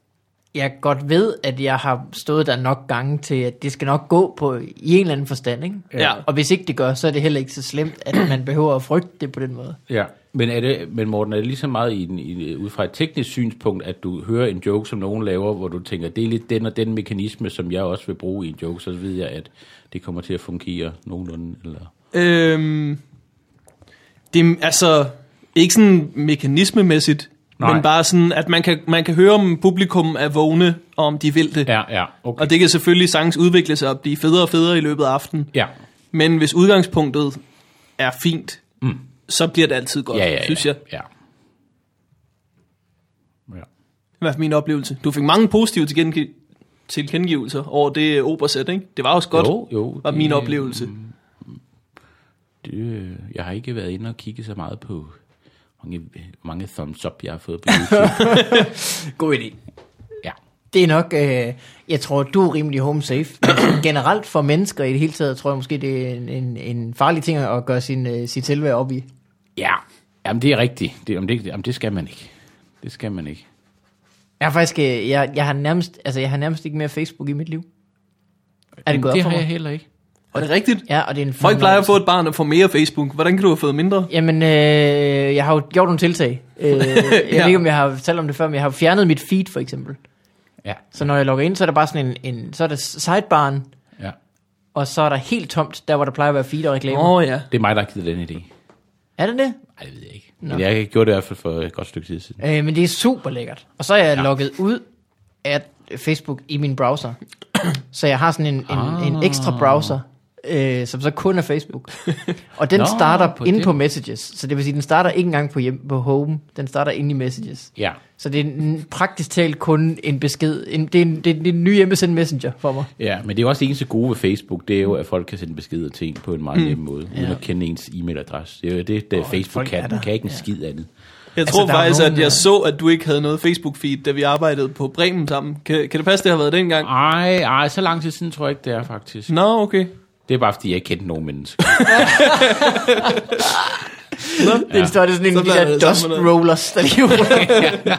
jeg godt ved, at jeg har stået der nok gange til, at det skal nok gå på i en eller anden forstand, ikke? Ja. Og hvis ikke det gør, så er det heller ikke så slemt, at man behøver at frygte det på den måde. Ja, men, er det, men Morten, er det lige så meget i, den, i, ud fra et teknisk synspunkt, at du hører en joke, som nogen laver, hvor du tænker, det er lidt den og den mekanisme, som jeg også vil bruge i en joke, så ved jeg, at det kommer til at fungere nogenlunde, eller... Øhm, det er altså ikke sådan mekanismemæssigt, Nej. men bare sådan, at man kan, man kan høre, om publikum er vågne, og om de vil det. Ja, ja, okay. Og det kan selvfølgelig sagtens udvikle sig og blive federe og federe i løbet af aftenen. Ja. Men hvis udgangspunktet er fint, Mm. så bliver det altid godt, Ja, ja, ja. synes jeg. Ja. Ja. Det var min oplevelse. Du fik mange positive tilkendegivelser tilkendegivelser over det operasæt, ikke? Det var også godt, Jo, jo. var min det- oplevelse. Det, jeg har ikke været inde og kigge så meget på mange, mange thumbs up, jeg har fået på YouTube. God idé. Ja. Det er nok, øh, jeg tror, du er rimelig home safe. Men generelt for mennesker i det hele taget, tror jeg måske, det er en, en, en farlig ting at gøre sin, uh, sit selvværd op i. Ja, jamen det er rigtigt. Det, jamen, det, jamen, det skal man ikke. Det skal man ikke. Jeg har faktisk, øh, jeg, jeg har nærmest, altså jeg har nærmest ikke mere Facebook i mit liv. Er det gået det op for har jeg mig? heller ikke. Og det er rigtigt. Ja, og det er en Folk plejer at få fornøjelse. et barn og få mere Facebook. Hvordan kan du have fået mindre? Jamen, øh, jeg har jo gjort nogle tiltag. Øh, jeg Ja. ved ikke, om jeg har talt om det før, men jeg har fjernet mit feed, for eksempel. Ja, Så når jeg logger ind, så er der bare sådan en, en så er der sidebaren, ja. og så er der helt tomt, der hvor der plejer at være feed og reklamer. Åh oh, ja. Det er mig, der har givet den idé. Er det det? Nej, det ved jeg ikke. Nå. Men jeg gjorde det i hvert fald for et godt stykke tid siden. Øh, men det er super lækkert. Og så er jeg Ja. ja. logget ud af Facebook i min browser. Så jeg har sådan en, en, Ah. en ekstra browser, øh, som så kun er Facebook. Og den Nå, starter på inde den. på Messages. Så det vil sige, den starter ikke engang på, hjem, på Home. Den starter inde i Messages. Ja. Så det er en, praktisk talt kun en besked. En, det, er en, det er en ny hjemmesend Messenger for mig. Ja, men det er jo også det eneste gode ved Facebook, det er jo, at folk kan sende beskeder til en på en meget nem måde, uden Ja. at kende ens e-mailadresse. Det er jo det, der Facebook folk er kan. der. Den kan ikke en Ja. skid andet. Jeg Altså, tror der er faktisk, nogen, at jeg øh, så, at du ikke havde noget Facebook-feed, da vi arbejdede på Bremen sammen. Kan, kan det passe, det har været dengang? Ej, ej, så lang tid siden tror jeg ikke, det er faktisk. Nå, okay. Det er bare, fordi jeg ikke kendte nogen mennesker. Det er, så er det sådan en Så af de blander der det sammen dust med noget. rollers, der lige ruller.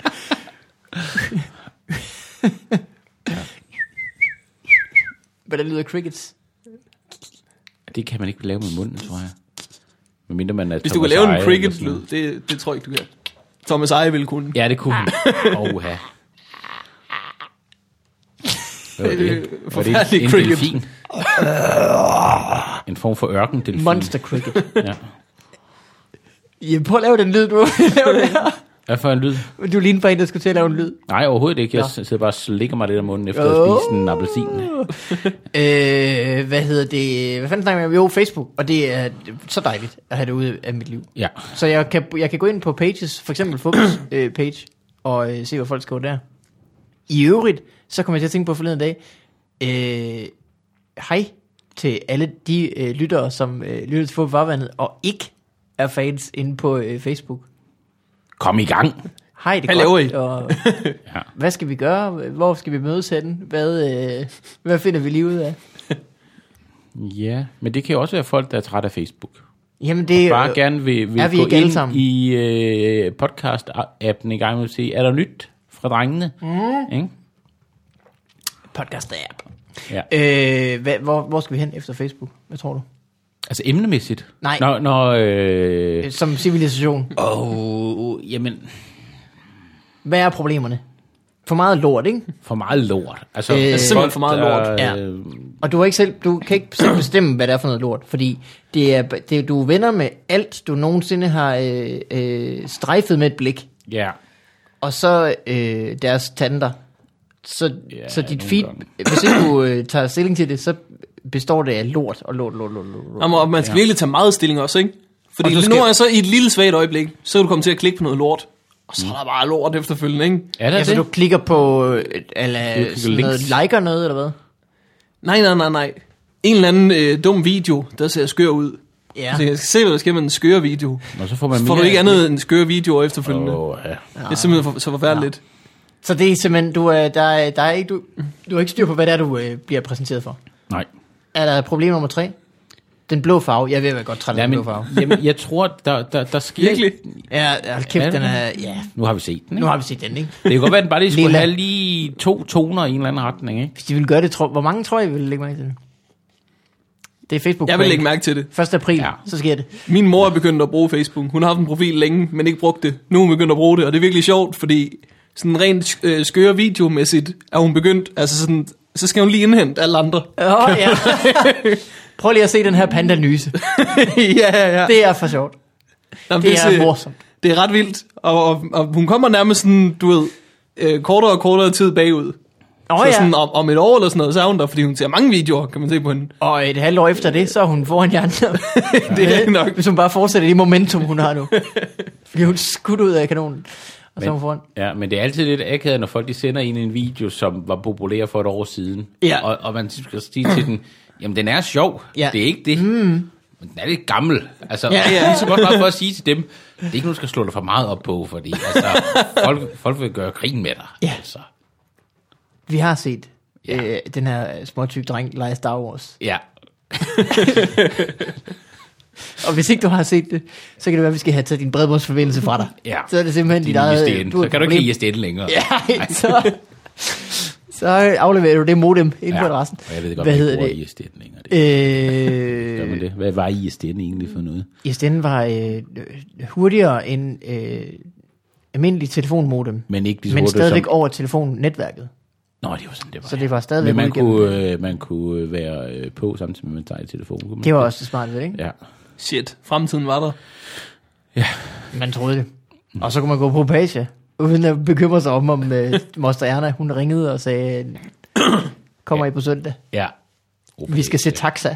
Hvordan lyder crickets? Det kan man ikke lave med munden, tror jeg. Medmindre man er Hvis du Thomas kan lave Eje en eller sådan cricket-lyd, noget. det, det tror jeg ikke, du kan. Thomas Eje ville kunne. Ja, det kunne han. Oha. Hvad var det? Var det Forfærdelig en cricket. delfin? En form for ørkendelfin. Monster cricket. Ja. Ja, prøv at lave den lyd, du laver det her. Hvad for en lyd? Du ligner bare en, der skulle til at lave en lyd. Nej, overhovedet ikke. Jeg sidder bare og slikker mig lidt af munden efter at have spist en appelsin. Øh, hvad hedder det? Hvad fanden snakker jeg om? Jo, Facebook. Og det er så dejligt at have det ude af mit liv. Ja. Så jeg kan, jeg kan gå ind på pages, for eksempel Fubs øh, page, og øh, se, hvad folk skriver der. I øvrigt, så kommer jeg til at tænke på forleden dag. Øh, hej til alle de øh, lyttere, som øh, lytter til Fubi Farvandet, og ikke er fans inde på øh, Facebook. Kom i gang. Hej, det er Hvad godt. laver I? Og, Ja. hvad skal vi gøre? Hvor skal vi mødes henne? Hvad, øh, hvad finder vi lige ud af? Ja, men det kan jo også være folk, der er trætte af Facebook. Jamen det Bare øh, gerne vil, vil er vi gå ikke alle ind sammen? i øh, podcast-appen i gang med at se, er der nyt fra drengene? Mm. Ikke? podcast-app. Ja. Øh, hvad, hvor, hvor skal vi hen efter Facebook? Hvad tror du? Altså emnemæssigt? Nej. Når, når øh, Øh, Som civilisation. åh, jamen, Hvad er problemerne? For meget lort, ikke? for meget lort. Altså, Øh, folk, simpelthen for meget lort. der, Ja. øh, Og du har ikke selv, du kan ikke selv bestemme, hvad det er for noget lort, fordi det er, det, du er venner med alt, du nogensinde har øh, øh, strejfet med et blik, Ja. og så øh, deres tanter. Så, Ja, så dit nogle feed, gange. hvis ikke du øh, tager stilling til det, så består det af lort og lort, lort, lort, lort. lort. Jamen, og man skal Ja. virkelig tage meget stilling også, ikke? Fordi Og du nu skal- er jeg så i et lille svagt øjeblik, så er du kommet til at klikke på noget lort. Og så er der bare lort efterfølgende, ikke? Er der Altså det? du klikker på øh, eller, Du klikker sådan noget, links. liker noget, eller hvad? Nej, nej, nej, nej. En eller anden øh, dum video, der ser skør ud. Ja. Så jeg skal se, hvad der sker med en skør video. Og så får man Så får du ikke andet end skøre videoer efterfølgende. Åh, ja. Det er simpelthen for, så forfærdeligt. Så det er simpelthen, du, er, der, er, der er ikke, du, du har ikke styr på, hvad det er, du øh, bliver præsenteret for. Nej. Er der problem nummer tre? Den blå farve. Jeg ved, jeg godt træt af Ja, den men, blå farve. jamen, jeg tror, der, der, der sker... Virkelig? Ja, hold kæft, Er det den det? er... Ja, Nu har vi set den, nu ikke? har vi set den, ikke? Det kan godt være, at den bare lige skulle Lilla. have lige to toner i en eller anden retning, ikke? Hvis de ville gøre det, tror, hvor mange tror jeg, ville lægge mærke til det? Det er Facebook. Jeg vil lægge mærke til det. første april, Ja. ja. Så sker det. Min mor er begyndt at bruge Facebook. Hun har haft en profil længe, men ikke brugt det. Nu er hun begyndt at bruge det, og det er virkelig sjovt, fordi sådan rent øh, skøre videomæssigt er hun begyndt, altså sådan, så skal hun lige indhente alle andre. Åh, oh, ja. Prøv lige at se den her panda-nyse. ja, ja, ja. Det er for sjovt. Jamen, Det er så- morsomt. Det er ret vildt, og, og, og hun kommer nærmest sådan, du ved, øh, kortere og kortere tid bagud. Åh Så ja, sådan om, om et år eller sådan noget, så er hun der, fordi hun ser mange videoer, kan man se på hende. og et halvt år efter det, så er hun foran hjernen. Det er rigtigt nok. Hvis hun bare fortsætter det momentum, hun har nu. Fordi hun er skudt ud af kanonen. Og så er hun foran. Ja, men det er altid lidt akavet, når folk de sender en en video, som var populær for et år siden. Ja. Og, og man skal sige til den, jamen den er sjov, Ja. det er ikke det. Mm. Men den er lidt gammel. Altså, Ja, ja, ja. ja. Lige så godt bare for at sige til dem, det er ikke nu, du skal slå dig for meget op på, fordi altså, folk, folk vil gøre grin med dig. Ja. Altså. Vi har set Ja. øh, den her småtyk dreng lege Star Wars. Ja. Og hvis ikke du har set det, så kan det være, at vi skal have taget din bredbåndsforbindelse fra dig. Ja. Så er det simpelthen dit Din eget... I S D N. du har Så et kan du ikke problem. lide I S D N længere. Ja, så, så afleverer du det modem inde på adressen. Og jeg ved godt, Hvad hvad hedder hedder det? I S D N længere. Det. Gør man Øh, det? Hvad var I S D N egentlig for noget? I S D N var øh, hurtigere end øh, almindelig telefonmodem, Men ikke lige så men hurtigt stadigvæk som... over telefonnetværket. Nå, det var sådan, det var. Så det var stadigvæk Men man hurtigt gennem- kunne, øh, man kunne være øh, på samtidig med, at man tager i telefonen. kunne man Det var ikke? også smart ved det, ikke? Ja. Shit, fremtiden var der. Man troede det. Og så kunne man gå på page, uden at bekymre sig om, om uh, Moster Erna, hun ringede og sagde, kommer I på søndag? Ja. Vi skal se taxa.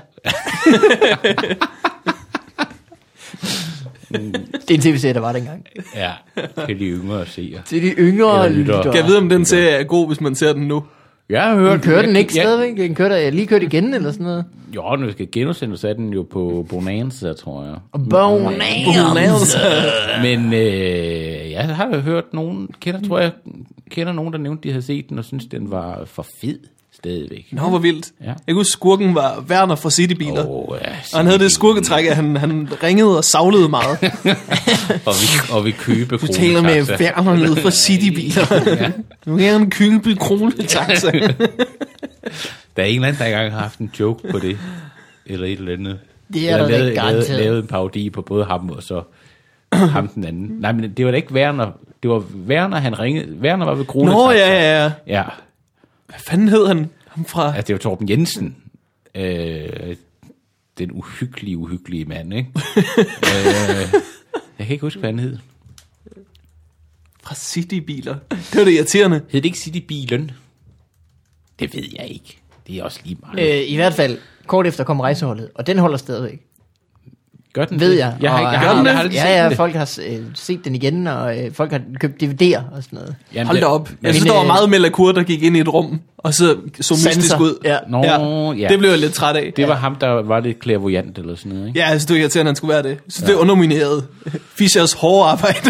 Det er en tv-serie, der var dengang. Ja, til de yngre seere. Til de yngre Eller lyttere. lyttere. Kan jeg vide, om den serie er god, hvis man ser den nu? Jeg har hørt... Men kører den ikke ja, stadigvæk? Den kører der, jeg lige kørt igen, eller sådan noget? Jo, når vi skal genudsende, så er den jo på Bonanza, tror jeg. Bonanza. Men øh, jeg har jo hørt nogen, kender, tror jeg, kender nogen, der nævnte, de havde set den, og synes den var for fed stadigvæk. Nå, hvor vildt. Ja. Jeg kan huske, skurken var Werner fra Citybiler. Oh, Oh, ja, og han havde det skurketræk, at han, han ringede og savlede meget. og vi, og vi købe Du taler med Werner nede fra Citybiler. Ja. Du vil gerne købe kronetaxa. Der er en eller anden, der engang har haft en joke på det, eller et eller andet. Det er Eller der da lavet, lavet, garanteret. lavet en parodi på både ham og så ham den anden. Nej, men det var da ikke Werner. Det var Werner, han ringede. Werner var ved kronetaxa. Nå, ja, ja, ja. Ja, Hvad fanden hed han? Ham fra... altså det var Torben Jensen. Øh, den uhyggelige, uhyggelige mand, ikke? øh, jeg kan ikke huske, hvad han hed. Fra Citybiler. Det var det irriterende. Hed det ikke Citybilen? Det ved jeg ikke. Det er også lige meget. Øh, I hvert fald, kort efter kom rejseholdet, og den holder stadigvæk. Gør den Ved det? jeg. Jeg har, ikke, Og- jeg Gør har, den jeg det? har aldrig Ja, set ja, det. folk har øh, set den igen, og øh, folk har købt D V D'er og sådan noget. Jamen, Hold det- da op. Jeg Men, synes, der var øh, meget Melacour, der gik ind i et rum, og så så mystisk Sanser. ud. Ja. Nå, ja. Det blev jeg lidt træt af. Det var ham, der var lidt clairvoyant eller sådan noget, ikke? Ja, jeg synes, det var irriterende, at han skulle være det. Så ja. det er undermineret. Fischers hårde arbejde.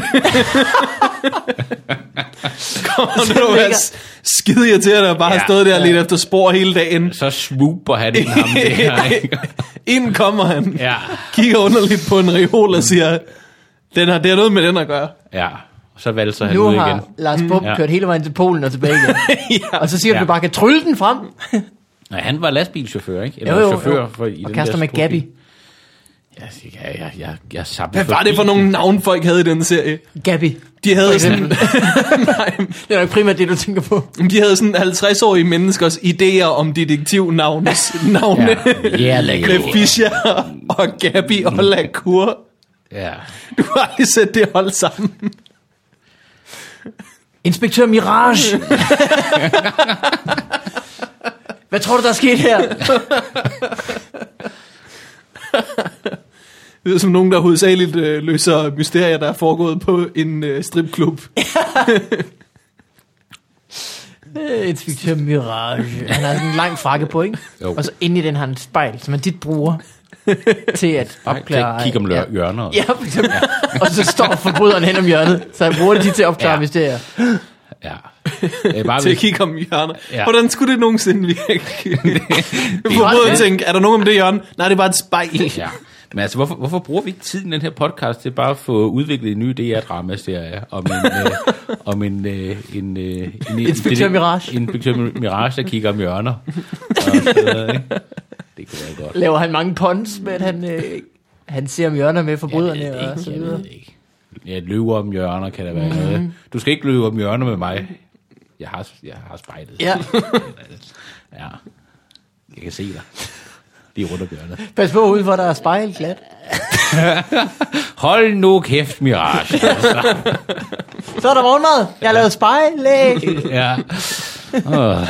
Kommer nu være skide irriterende at bare ja. have stået der ja. lidt efter spor hele dagen. Så swooper han ind ham der, ikke? Ind kommer han, Ja, kigger underligt på en reol og siger, den har, det har noget med den at gøre. ja. Og så valser han Nu ud har igen. Lars Bum Ja. kørt hele vejen til Polen og tilbage igen. ja. Og så siger du, Ja. at du bare kan trylle den frem. Nej, han var lastbilchauffør, ikke? Eller Jo, jo, chauffør jo. For, i Og den kaster der med store Gabi. bil. Ja, jeg, jeg, jeg, jeg sabber Hvad var det for nogle navn, folk havde i den serie? Gabi. De havde For sådan, Nej, det er nok primært det, du tænker på. de havde sådan halvtreds-årige menneskers idéer om detektivnavnes navne. Ja, ja, like Med Fischer og Gabi og Lacour. ja. Du har aldrig set det hold sammen. Inspektør Mirage. Hvad tror du, der er sket her? Det er som nogen, der hovedsageligt øh, løser mysterier, der er foregået på en øh, stripklub. Øh, Inspektør Mirage. Han har sådan en lang frakke på, ikke? Jo. Og så inde i den har han et spejl, som han tit bruger til at opklare... Kig om ja. lø- hjørner. Ja, for eksempel. Og så står forbryderen hen om hjørnet, så han bruger det tit til at opklare Ja. mysterier. Ja. Øh, bare til at hvis, kigge om hjørner. Ja. Hvordan skulle det nogensinde virke? Jeg får både at tænke, er der nogen om det hjørne? Nej, det er bare et spejl. ja. Men altså, hvorfor, hvorfor bruger vi ikke tiden i den her podcast til bare at få udviklet en ny D R-dramaserie om en, øh, om en, øh, en, øh, en Inspektør Mirage. Inspektør Mirage, der kigger om hjørner. Og så, ikke? Det kunne være godt. Laver han mange puns med, at han, øh, han ser om hjørner med forbryderne Jeg ved det og så ikke, jeg videre? ved det ikke. Ja, løber om hjørner kan der være mm. noget. Du skal ikke løbe om hjørner med mig. Jeg har, jeg har spejlet. Ja. Ja. Jeg kan se dig. Lige rundt om hjørnet. Pas på, udenfor der er spejlglat. Hold nu kæft, Mirage. Altså. Så er der morgenmad. Jeg har lavet spejlæg. Ja. Oh.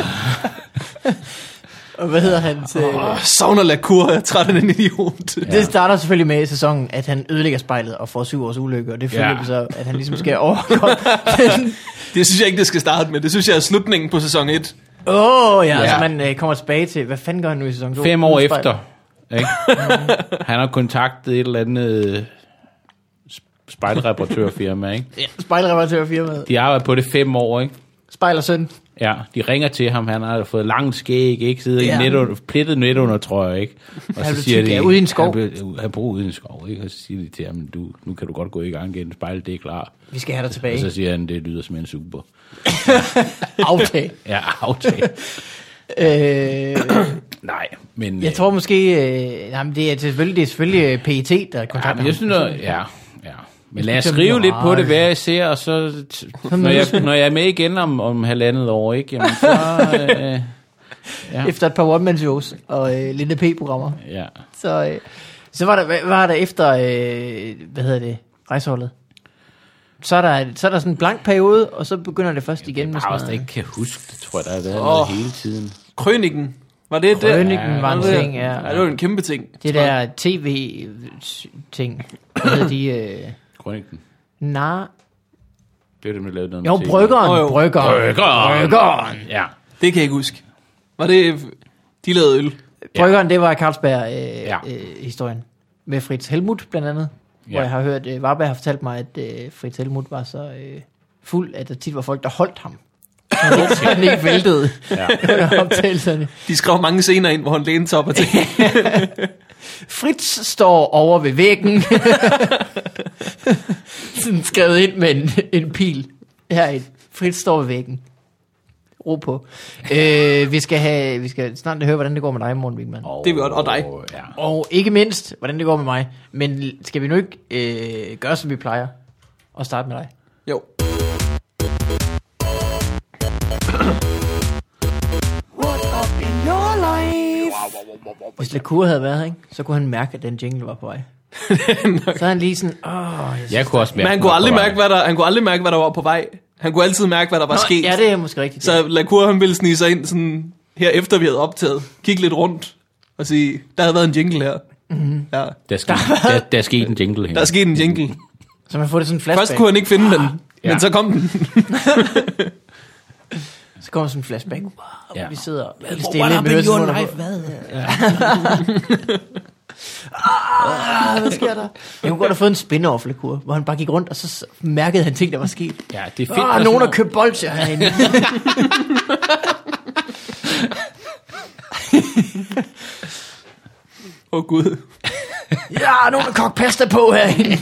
Og hvad hedder hans... Øh, Oh, savner Lacour, jeg er træt af den idiot. det starter selvfølgelig med i sæsonen, at han ødelægger spejlet og får syv års ulykke, og det følger Ja. ja. så, at han ligesom skal overkomme den. Det synes jeg ikke, det skal starte med. Det synes jeg er slutningen på sæson et. Åh, oh, ja, Ja. ja. Så man øh, kommer tilbage til, hvad fanden gør han nu i sæson to? Fem år Uden spejl. efter. Ikke? Han har kontaktet et eller andet øh, spejlreparatørfirma. Ikke? Ja, spejlreparatørfirmaet. De arbejder på det fem år. Ikke? Spejl og søn. Ja, de ringer til ham, han har fået langt skæg, ikke? Sidder ja. Ja. i net under, plettet net under, tror jeg, ikke? Og Han blev tyk, ja, ude i en skov. Han, blev, han bor ude i en skov, ikke? Og så siger de til ham, du, nu kan du godt gå i gang igen, spejlet det er klar. Vi skal have dig Og tilbage. så siger han, det lyder som en super. Aftag. Ja, aftale. øh, Nej, men... jeg tror måske... Øh, jamen, det er selvfølgelig, det er selvfølgelig P E T, der ja, kontakter men jeg synes, ham. at, ja, ja. Men lad os Ligesom skrive lidt på det, Mirage. hvad jeg ser, og så, t- når jeg, når jeg er med igen om, om halvandet år, ikke? Jamen, så... Øh, ja. Efter et par one-man-shows og øh, Linde P-programmer. Ja. Så, øh, så var der, hvad var der efter, øh, hvad hedder det, rejseholdet? Så er, der, så er der sådan en blank periode, og så begynder det først igen. Jeg med bare også sådan ikke kan huske det, tror jeg, der har været Åh. noget hele tiden. Krøniken. Var det det? Krøniken Ja, var en det- ting, ja. Ja, det var en kæmpe ting. Det der tv-ting, hvad hedder de? Øh, Krøniken. nej. Det er dem, der lavede noget Jo, med bryggeren. Åh, jo. Bryggeren. Bryggeren. Bryggeren. Ja. Det kan jeg ikke huske. Var det... De lavede øl. Bryggeren, det var Carlsberg øh, Ja. øh, historien. Med Fritz Helmut blandt andet. Ja. Hvor Ja. jeg har hørt, øh, Varberg har fortalt mig, at øh, Fritz Helmut var så øh, fuld, at der tit var folk, der holdt ham. Så han ikke væltede Ja. under optagelserne. De skrev mange scener ind, hvor han lænede sig op og tænkte, Fritz står over ved væggen. Sådan skrevet ind med en, en pil. Her Fritz står ved væggen. Ro på. Øh, vi, skal have, vi skal snart høre, hvordan det går med dig, Morten Wigman. Og, Det er godt, og dig. Ja. Og ikke mindst, hvordan det går med mig. Men skal vi nu ikke øh, gøre, som vi plejer? Og starte med dig. jo. What up in your life? Hvis Lacour havde været her, ikke, så kunne han mærke, at den jingle var på vej. Så er han lige sådan, åh, jeg synes, Jeg kunne også mærke, Men han den kunne, var aldrig på vej. mærke, hvad der, han kunne aldrig mærke, hvad der var på vej. Han kunne altid mærke, hvad der var Nå, sket. ja, det er måske rigtigt. Så Lacour, han ville snige sig ind sådan, her efter vi havde optaget, kigge lidt rundt og sige, der havde været en jingle her. Mm-hmm. Ja. Der skete, der, der skete en jingle her. Der er sket en jingle. Så man får det sådan en flashback. Først kunne han ikke finde den, Ja. men så kom den. Så kommer sådan en flashback. Wow, Ja. ja. Vi sidder helt What stille up med in your høretelefoner life? på. Hvad? Ah, hvad sker der? Jeg kunne godt have fået en spin-off, Lacour, hvor han bare gik rundt, og så s- mærkede han ting, der var sket. Ja, det er fedt. Ah, også nogen har når- købt bolcher herinde. Åh oh, gud. Ja, nogen har kogt pasta på herinde.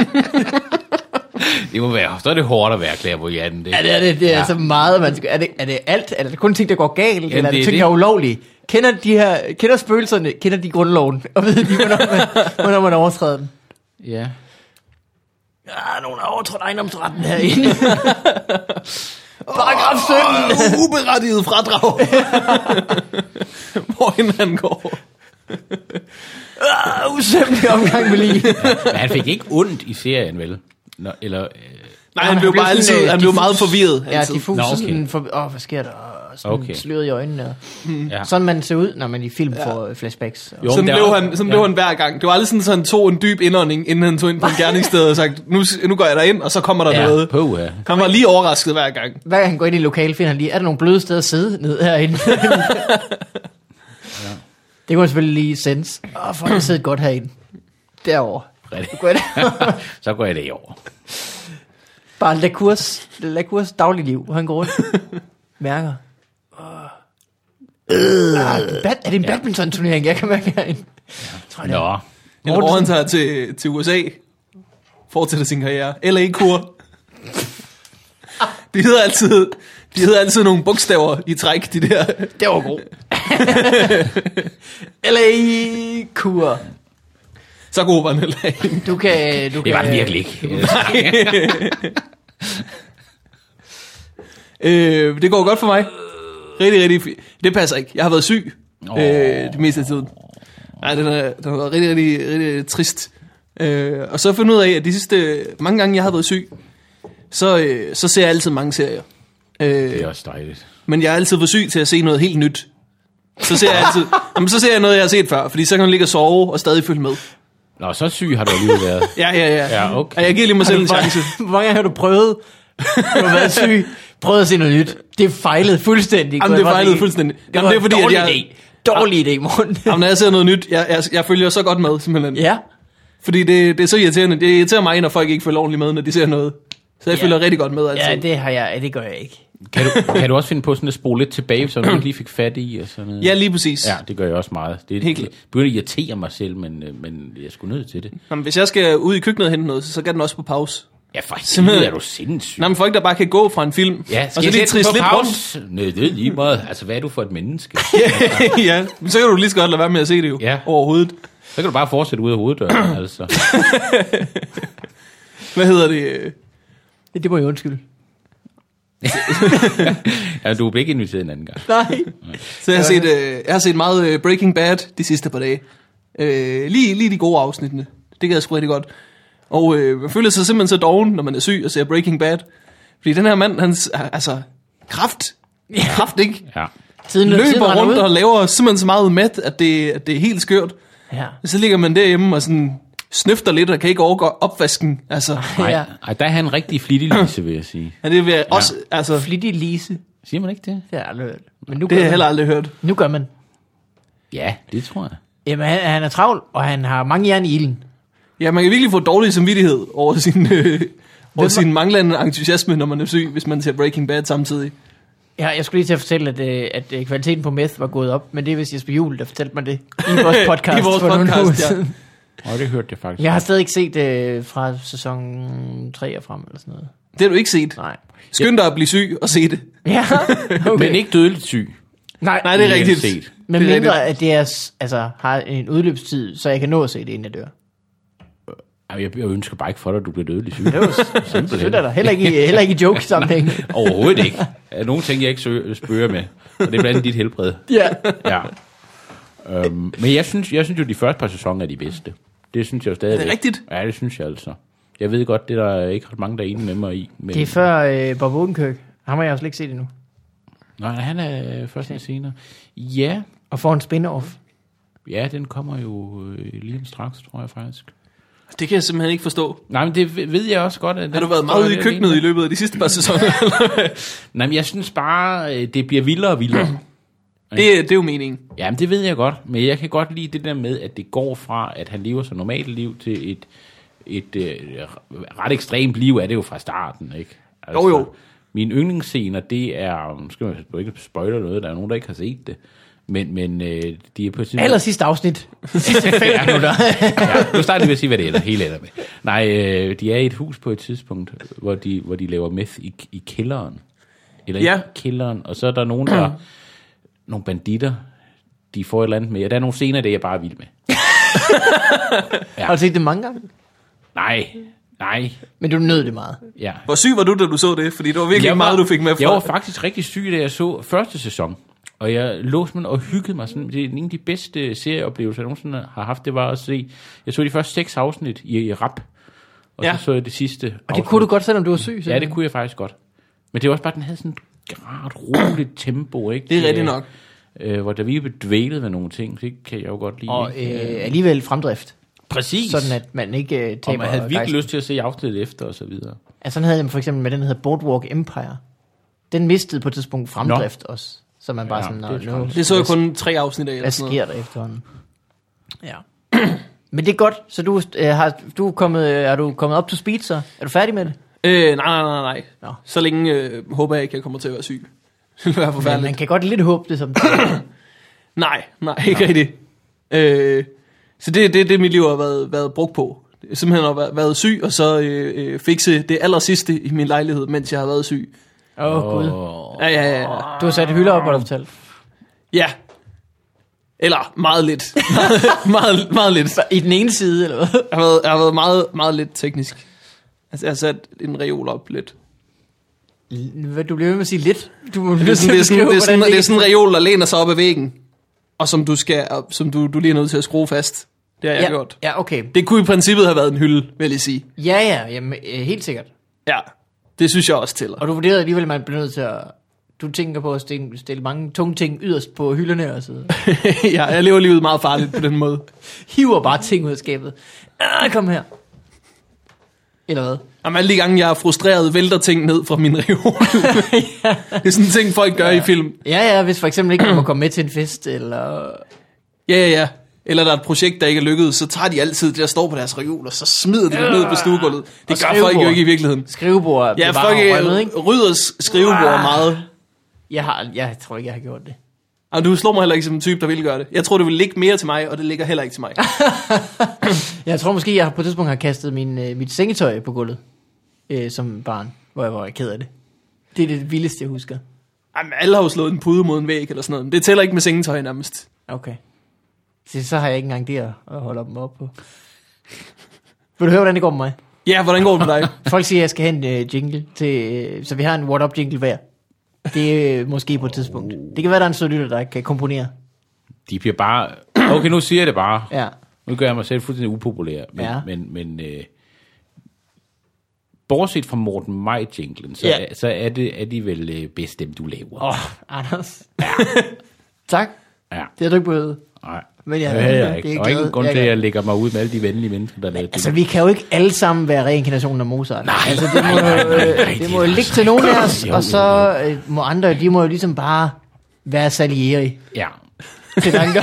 Det må være, så er det hårdt at være clairvoyant. Det. Ja, det er det. Det er Ja. ja. så meget, man skal... Er det, er det alt? Er det kun ting, der går galt? Jamen, eller er det, det er ting, det. der er ulovlige? Kender de her... Kender spøgelserne? Kender de grundloven? Og ved de, hvornår man, hvornår man overtræder den? Ja. Ja, nogen har overtrådt ejendomsretten herinde. Paragraf sytten. Uberettiget fradrag. Hvor han går. Ah, usæmmelig omgang med lige. Men han fik ikke ondt i serien, vel? Nå, eller... Øh, Nej, Jamen, han blev bare sådan, altid, øh, han blev diffus. meget forvirret. Ja, altid. diffus. Nå, Nå, okay. okay. Sådan for, åh, hvad sker der? Og sådan Okay. okay. Sløret i øjnene. Og, ja. sådan man ser ud, når man i film ja. får flashbacks. Jo, Sådan men der blev er han, også- sådan ja. blev han hver gang. Det var aldrig sådan, at han tog en dyb indånding, inden han tog ind på en gerningssted og sagt, nu, nu går jeg derind, og så kommer der Ja. noget. På, ja. Han var lige overrasket hver gang. Hver gang han går ind i lokale, finder han lige, er der nogle bløde steder at sidde ned herinde? ja. Det kunne han selvfølgelig lige sense. Åh, for han sidder godt herinde. Derovre. Rigtigt. Gå ind. Så går jeg det i over. Bare Lacours, Lacours dagligliv, hvor han går rundt. Mærker. Oh. Øh. Ah, bad, er det en badminton-turnering, jeg kan mærke herinde? Ja. Nå. Eller hvor han tager til, til U S A, fortsætter sin karriere. L A-kur. De hedder altid, de hedder altid nogle bogstaver i træk, de der. Det var god. L A-kur. Så god var den heller ikke. Du kan... Du Det kan, var den virkelig ikke. øh, det går godt for mig. Rigtig, rigtig fint. Det passer ikke. Jeg har været syg oh. øh, det meste af tiden. Nej, den, er, den har været rigtig, rigtig, rigtig trist. Øh, og så fundet ud af, at de sidste mange gange, jeg har været syg, så, øh, så ser jeg altid mange serier. Øh, Det er også dejligt. men jeg er altid for syg til at se noget helt nyt. Så ser jeg altid, jamen, så ser jeg noget, jeg har set før, fordi så kan man ligge og sove og stadig følge med. Nå, så syg har du alligevel været. Ja, ja, ja. Ja, okay. Og jeg giver lige mig selv en chance. Hvor mange gange har du prøvet? Du har været syg. Prøvet at se noget nyt. Det fejlede fuldstændig. Jamen, det fejlede fuldstændig. Det Jamen, var det er fordi, en dårlig at jeg- idé. Dårlig idé, Morten. Jamen, når jeg ser noget nyt, jeg, jeg, jeg følger så godt med, simpelthen. Ja. Fordi det, det er så irriterende. Det irriterer mig, når folk ikke følger ordentligt med, når de ser noget. Så jeg Ja. følger rigtig godt med altid. Ja, det har jeg. Det gør jeg ikke. Kan du, kan du også finde på sådan at spole lidt tilbage, så du ikke lige fik fat i? Og sådan noget? Ja, lige præcis. Ja, det gør jeg også meget. Det, Helt det klart. burde irritere mig selv, men, øh, men jeg skulle nødt til det. Jamen, hvis jeg skal ud i køkkenet og hente noget, så skal den også på pause. Ja, for helvede Simpelthen. er du sindssyg. Nå, men folk, der bare kan gå fra en film, Ja, og skal så jeg lige sætte den trisse på lidt rundt. pause? Nej, det er lige meget. Altså, hvad er du for et menneske? Ja, men så kan du lige så godt lade være med at se det jo, Ja. overhovedet. Så kan du bare fortsætte ud af hoveddøren, altså. Hvad hedder det? Det, det må jeg undskylde. Ja, du bliver ikke inviteret en anden gang. Nej. Så jeg har set, øh, jeg har set meget øh, Breaking Bad de sidste par dage. Øh, lige, lige de gode afsnittene. Det gad jeg sgu rigtig godt. Og øh, man føler sig simpelthen så doven, når man er syg og ser Breaking Bad. Fordi den her mand, han, altså, kraft. Kraft, ikke? Ja. Tiden, tiden Løber render rundt ud. og laver simpelthen så meget mæt, at det, at det er helt skørt. Ja. Så ligger man derhjemme og sådan snøfter lidt og kan ikke overgå opvasken. Altså, Nej, Ja. ej, der er han en rigtig flittig Lise, vil jeg sige. ja, det vil jeg også, altså, Flittig Lise. Siger man ikke det? Det har jeg aldrig hørt. Men nu det har gør jeg man. heller aldrig hørt. Nu gør man. Ja, det tror jeg. Jamen, han, han er travl, og han har mange jern i ilden. Ja, man kan virkelig få dårlig samvittighed over sin, øh, over var- sin manglende entusiasme, når man er syg, hvis man ser Breaking Bad samtidig. Ja, jeg skulle lige til at fortælle, at, øh, at øh, kvaliteten på meth var gået op, men det er vist Jesper Juhl, der fortalte mig det i vores podcast. I vores for nogle podcast, uger ja. siden. Og det hørte jeg faktisk. Jeg har stadig ikke set øh, fra sæson tre og frem, eller sådan noget. Det har du ikke set. Nej. Skynd dig at blive syg og se det. Ja, okay. Men ikke dødeligt syg. Nej, Nej, det er Lige rigtigt. set. men det er mindre, rigtigt. at det er, s- altså, har en udløbstid, så jeg kan nå at se det, inden jeg dør. Ej, Jeg, jeg ønsker bare ikke for dig, at du bliver dødeligt syg. Det er jo selvfølgelig er der. Heller ikke, i- heller ikke i joke-sammenhæng. Overhovedet ikke. Der er nogle ting, jeg ikke sø- spørger med. Og det er blandt andet dit helbred. Ja. Ja. Øhm, men jeg synes, jeg synes jo, de første par sæsoner er de bedste. Det synes jeg jo stadig. Er det rigtigt? Ja, det synes jeg altså. Jeg ved godt, det er der ikke ret mange, der er enige med mig i. Men... Det er før øh, Bob Odenkirk. Ham har jeg også ikke set endnu. Nej, han er først lidt senere. Ja, Og får en spin-off. ja, den kommer jo øh, lige om straks, tror jeg faktisk. Det kan jeg simpelthen ikke forstå. Nej, men det ved- ved jeg også godt. At Har du været meget ude i køkkenet i løbet af de sidste par sæsoner? Nej, men jeg synes bare, øh, det bliver vildere og vildere. det, det er jo meningen. Jamen, det ved jeg godt, men jeg kan godt lide det der med, at det går fra, at han lever så normalt liv, til et, et øh, ret ekstremt liv, er det jo fra starten, ikke? Altså, Jo, jo. Mine yndlingsscener, det er, nu skal man jo ikke spoiler noget, der er nogen, der ikke har set det, men, men øh, de er på sin... Aller sidste afsnit. Sidste fem minutter. Ja, nu starter jeg med at sige, hvad det er, der hele ender med. Nej, øh, de er i et hus på et tidspunkt, hvor de, hvor de laver meth i, i kælderen. Eller Ja. i kælderen, og så er der nogen, der... nogle banditter, de får et eller andet med. Ja, der er nogle scener, det er jeg bare vild med. Ja. Har du set det mange gange? Nej, nej, Men du nød det meget. ja. Hvor syg var du, da du så det? Fordi det var virkelig Jeg meget, du fik med fra. Jeg var faktisk rigtig syg, da jeg så første sæson. Og jeg lå simpelthen og hyggede mig. Sådan, det er en af de bedste serieoplevelser, jeg nogensinde har haft. Det var at se... Jeg så de første seks afsnit i, i rap. Og Ja. så så jeg det sidste Og det afsnit. kunne du godt, selvom du var syg. Ja, det kunne jeg faktisk godt. Men det var også bare, den havde sådan et ret roligt tempo, ikke? Det er rigtigt nok. Øh, hvor der vi blev dvælet med nogle ting, det kan jeg jo godt lide. Og ikke? øh, alligevel fremdrift. Præcis. Sådan at man ikke øh, taber og man havde virkelig gejsten. lyst til at se afsnittet efter, og så videre. Altså sådan havde jeg for eksempel med den, der hedder Boardwalk Empire. Den mistede på et tidspunkt fremdrift også. Så man bare Ja, sådan, det er "Nå, nu, Det så jeg kun tre afsnit af. Eller hvad sådan noget. sker der efterhånden? Ja. Men det er godt, så du, øh, har, du er, kommet, øh, er du kommet op to speed så? Er du færdig med det? Øh, nej, nej, nej, nej. Nå. Så længe øh, håber jeg ikke, jeg kommer til at være syg. Det vil være Men forfærdeligt. man kan godt lidt håbe det som Nej, nej, ikke rigtigt. Øh, så det det, det, mit liv har været, været brugt på. Simpelthen har været, været syg, og så øh, øh, fikse det aller sidste i min lejlighed, mens jeg har været syg. Åh, oh, Gud. Ja, ja, ja. Du har sat hylder op, har du fortalt. Ja. Eller meget lidt. meget, meget lidt. I den ene side, eller hvad? Jeg har været, jeg har været meget, meget lidt teknisk. Altså, jeg har sat en reol op lidt. Hvad, du bliver ved med at sige lidt. Du, Det er sådan, det er sådan, det er sådan, det er sådan en reol, der læner sig op ad væggen, og som du skal, som du, du lige er nødt til at skrue fast. Det har jeg ja, gjort. Ja, okay. Det kunne i princippet have været en hylde, vil jeg lige sige. Ja, ja, jamen, øh, helt sikkert. Ja, det synes jeg også tæller. Og du vurderede alligevel, at man bliver nødt til at... Du tænker på at stille, stille mange tunge ting yderst på hylderne og så Ja, jeg lever livet meget farligt på den måde. hiver bare ting ud af skabet. Ah, kom her. Eller hvad? Jamen, alle de gange, jeg er frustreret, vælter ting ned fra min reol. ja. Det er sådan en ting, folk gør ja. i film. Ja, ja, hvis for eksempel ikke man må komme med til en fest, eller... Ja, ja, ja. Eller der er et projekt, der ikke er lykkedes, så tager de altid det, der står på deres reol, og så smider de det ned på stuegulvet. Det gør folk jo ikke i virkeligheden. Skrivebord. Ja, folk rømmet, ikke? rydder skrivebord meget. Jeg, har, jeg tror ikke, jeg har gjort det. Og du slår mig heller ikke som en type, der vil gøre det. Jeg tror, det vil ligge mere til mig, og det ligger heller ikke til mig. Jeg tror måske, jeg på et tidspunkt har kastet min, øh, mit sengetøj på gulvet, øh, som barn, hvor jeg var ked af det. Det er det vildeste, jeg husker. Jamen, alle har jo slået en pude mod en væg eller sådan noget. Men det tæller ikke med sengetøj nærmest. Okay. Så, så har jeg ikke engang det at at holde dem op på. Vil du høre, hvordan det går med mig? Ja, hvordan går det med dig? Folk siger, at jeg skal have en uh, jingle, til, uh, så vi har en What Up jingle hver. Det er uh, måske på et tidspunkt. Det kan være, der er en sød lytter, der ikke kan komponere. De bliver bare... Okay, nu siger jeg det bare. Ja. Nu gør jeg mig selv fuldstændig upopulær. Men, Ja. men, men øh, bortset fra Morten Maj-jinglen, så, Ja. er, så er, det, er de vel øh, bedst dem, du laver. Åh, oh, Anders. Ja. Tak. Ja. Det har du ikke behøvet. Nej, Men jeg- det er jeg det ikke. er Og ingen glad. grund Jeg til, er at glad. jeg lægger mig ud med alle de venlige mennesker, der lavede Altså, det. vi kan jo ikke alle sammen være reinkarnationen af Mozart. Nej, altså, det må, nej, jo, nej, øh, nej, det det må er jo ligge til nogen af os, Jo, og så øh, må andre, de må jo ligesom bare være Salieri Ja. til tanker.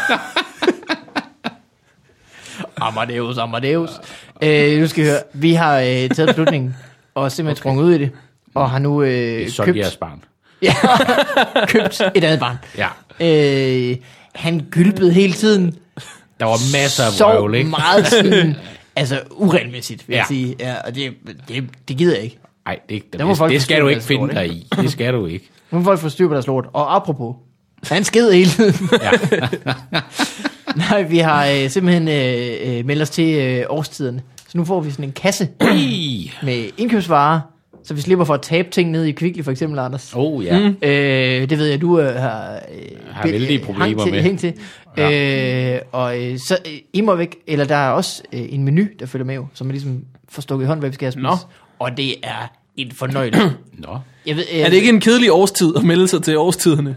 Amadeus, Amadeus. Øh, nu skal I høre, vi har øh, taget beslutningen og simpelthen okay. sprunget ud i det, og har nu Det øh, er sådan, købt, jeres barn. ja, købt et andet barn. Ja. Øh, han gylpede hele tiden. Der var masser af Så vrøvl, ikke? meget sådan, altså uregelmæssigt, vil ja. jeg Ja. sige. Ja, og det, det, det gider jeg ikke. Nej, det, Der må det, folk det skal forstå du deres ikke finde lort, dig i. Det skal du ikke. Nu må folk få styr på deres lort. Og apropos, han sked hele tiden. Ja. Nej, vi har øh, simpelthen øh, øh, meldt os til øh, årstiderne. Så nu får vi sådan en kasse Ui. med indkøbsvarer, så vi slipper for at tabe ting ned i Kvickly, for eksempel, Anders. Oh ja. Mm. Øh, det ved jeg, du øh, har, øh, Har vældige øh, problemer hang til, med. Hængt til. Ja. Øh, og øh, så øh, I må væk, eller der er også øh, en menu, der følger med, jo, som man ligesom får stukket i hånd, hvad vi skal have spist. Nå. Og det er en fornøjelse. Nå. Jeg ved, øh, Er det ikke en kedelig årstid at melde sig til årstiderne?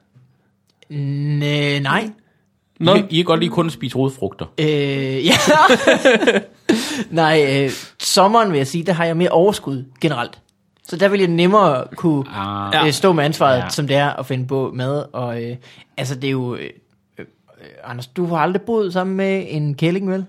Næ, nej. Nå, I, I kan godt lige kun spise rodfrugter. Øh, ja. Nej, øh, sommeren vil jeg sige, der har jeg mere overskud generelt. Så der vil jeg nemmere kunne Ah. øh, stå med ansvaret, Ja. som det er at finde på mad. Og øh, altså det er jo... Øh, øh, Anders, du har aldrig boet sammen med en kælling, vel?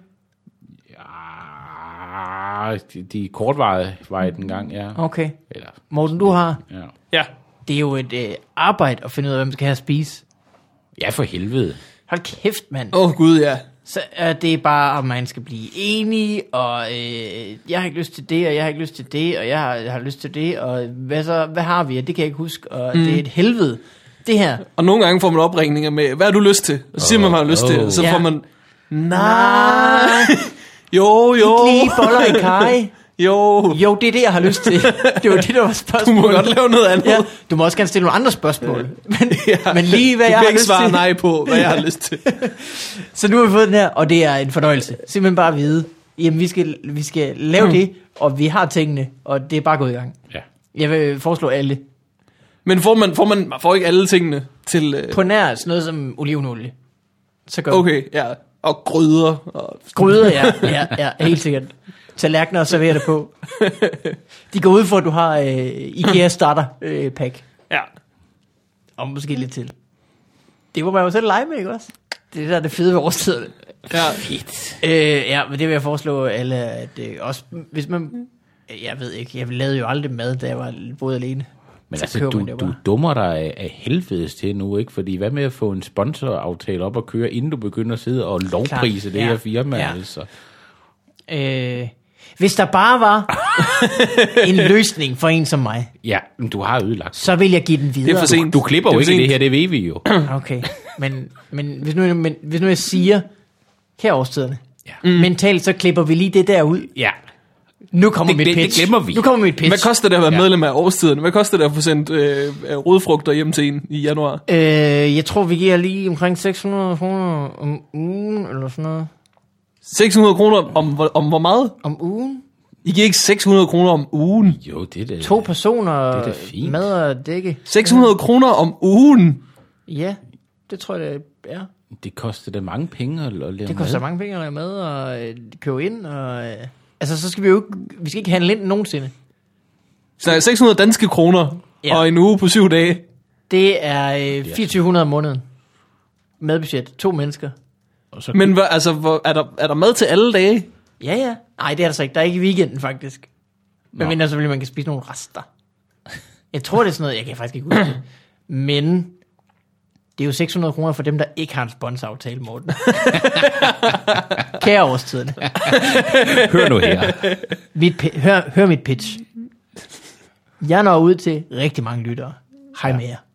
Ah, de, de kortvarede var i den gang, ja. Okay. Eller, Morten, du har... ja. ja. Det er jo et øh, arbejde at finde ud af, hvem skal have at spise. Ja, for helvede. Hold kæft, mand. Åh oh, gud, ja. Så er det bare, om man skal blive enige, og øh, jeg har ikke lyst til det, og jeg har ikke lyst til det, og jeg har, jeg har lyst til det, og hvad så, hvad har vi, og det kan jeg ikke huske, og mm. det er et helvede, det her. Og nogle gange får man opringninger med, hvad har du lyst til? Og så siger man, hvad har lyst til, og så Ja. får man, nej, jo, jo, Ikke lige boller i kaj. jo, Jo, det er det, jeg har lyst til. Det var det, der var du spørgsmålet. må godt lave noget andet. Ja, du må også gerne stille nogle andre spørgsmål. Men, Ja. men lige hvad Du jeg kan har ikke lyst svare til. nej på, hvad jeg har lyst til. Så nu har vi fået den her, og det er en fornøjelse. Simpelthen bare at vide, jamen vi skal, vi skal lave mm. det, og vi har tingene, og det er bare gået i gang. Ja. Jeg vil foreslå alle. Men får man, får man får ikke alle tingene til... Øh, På nær sådan noget som olivenolie. Så gør okay, ja. Og gryder. Og, Gryder, ja, ja, ja, helt sikkert. Tallerkener og serverer det på. De går ud for, at du har øh, IKEA starter øh, pack. ja. Og måske lidt til. Det må man jo selv lege med, ikke også? Det er det, der er det fede ved årstiderne. Ja. Øh, ja, men det vil jeg foreslå alle, at øh, også, hvis man Jeg ved ikke, jeg lavede jo aldrig mad, da jeg var boede alene. Men Så altså, køber du, man det du bare. dummer dig af, af helvedes til nu, ikke? Fordi hvad med at få en sponsoraftale op og køre, inden du begynder at sidde og lovprise Klart, det ja. her firma, Ja. altså. Øh, hvis der bare var en løsning for en som mig, Ja, men du har ødelagt. så vil jeg give den videre. Det er for sent. Du klipper Det jo er ikke for det sent. her, det ved vi jo. Okay, men, men, hvis nu, men hvis nu jeg siger, her er årstiderne, Ja. mm. mentalt, så klipper vi lige det der ud. Ja, Nu kommer Det- mit det- det pitch. glemmer vi. Nu kommer mit pitch. Hvad koster det at være Ja. medlem af årstiden? Hvad koster det at få sendt øh, rodfrugter hjem til en i januar? Øh, jeg tror, vi giver lige omkring seks hundrede kroner om ugen, eller sådan noget. seks hundrede kroner om, hvor- om hvor meget? Om ugen? I giver ikke seks hundrede kroner om ugen. jo, det er det. To personer, Det er da fint. mad og dække. seks hundrede kroner om ugen? Ja, det tror jeg, det er. Det koster da mange penge at, at lave Det koster mad. mange penge at lave mad og øh, købe ind. Og, øh, altså, så skal vi jo ikke, vi skal ikke handle ind nogensinde. Så seks hundrede danske kroner Ja. og en uge på syv dage. Det er øh, fireogtyve hundrede om måneden. Madbudget. To mennesker. Og så Men hvad, altså, hvor, er, der, er der mad til alle dage? Ja, ja. Nej, det er der så ikke. Der er ikke i weekenden, faktisk. Men Nå. mindre selvfølgelig, man kan spise nogle rester. Jeg tror, det er sådan noget, jeg kan faktisk ikke huske det. Men det er jo seks hundrede kroner for dem, der ikke har en sponsoraftale, Morten. Kære årstiderne. hør nu her. Mit, pi- hør, hør mit pitch. Jeg når ud til rigtig mange lyttere. Hej med jer.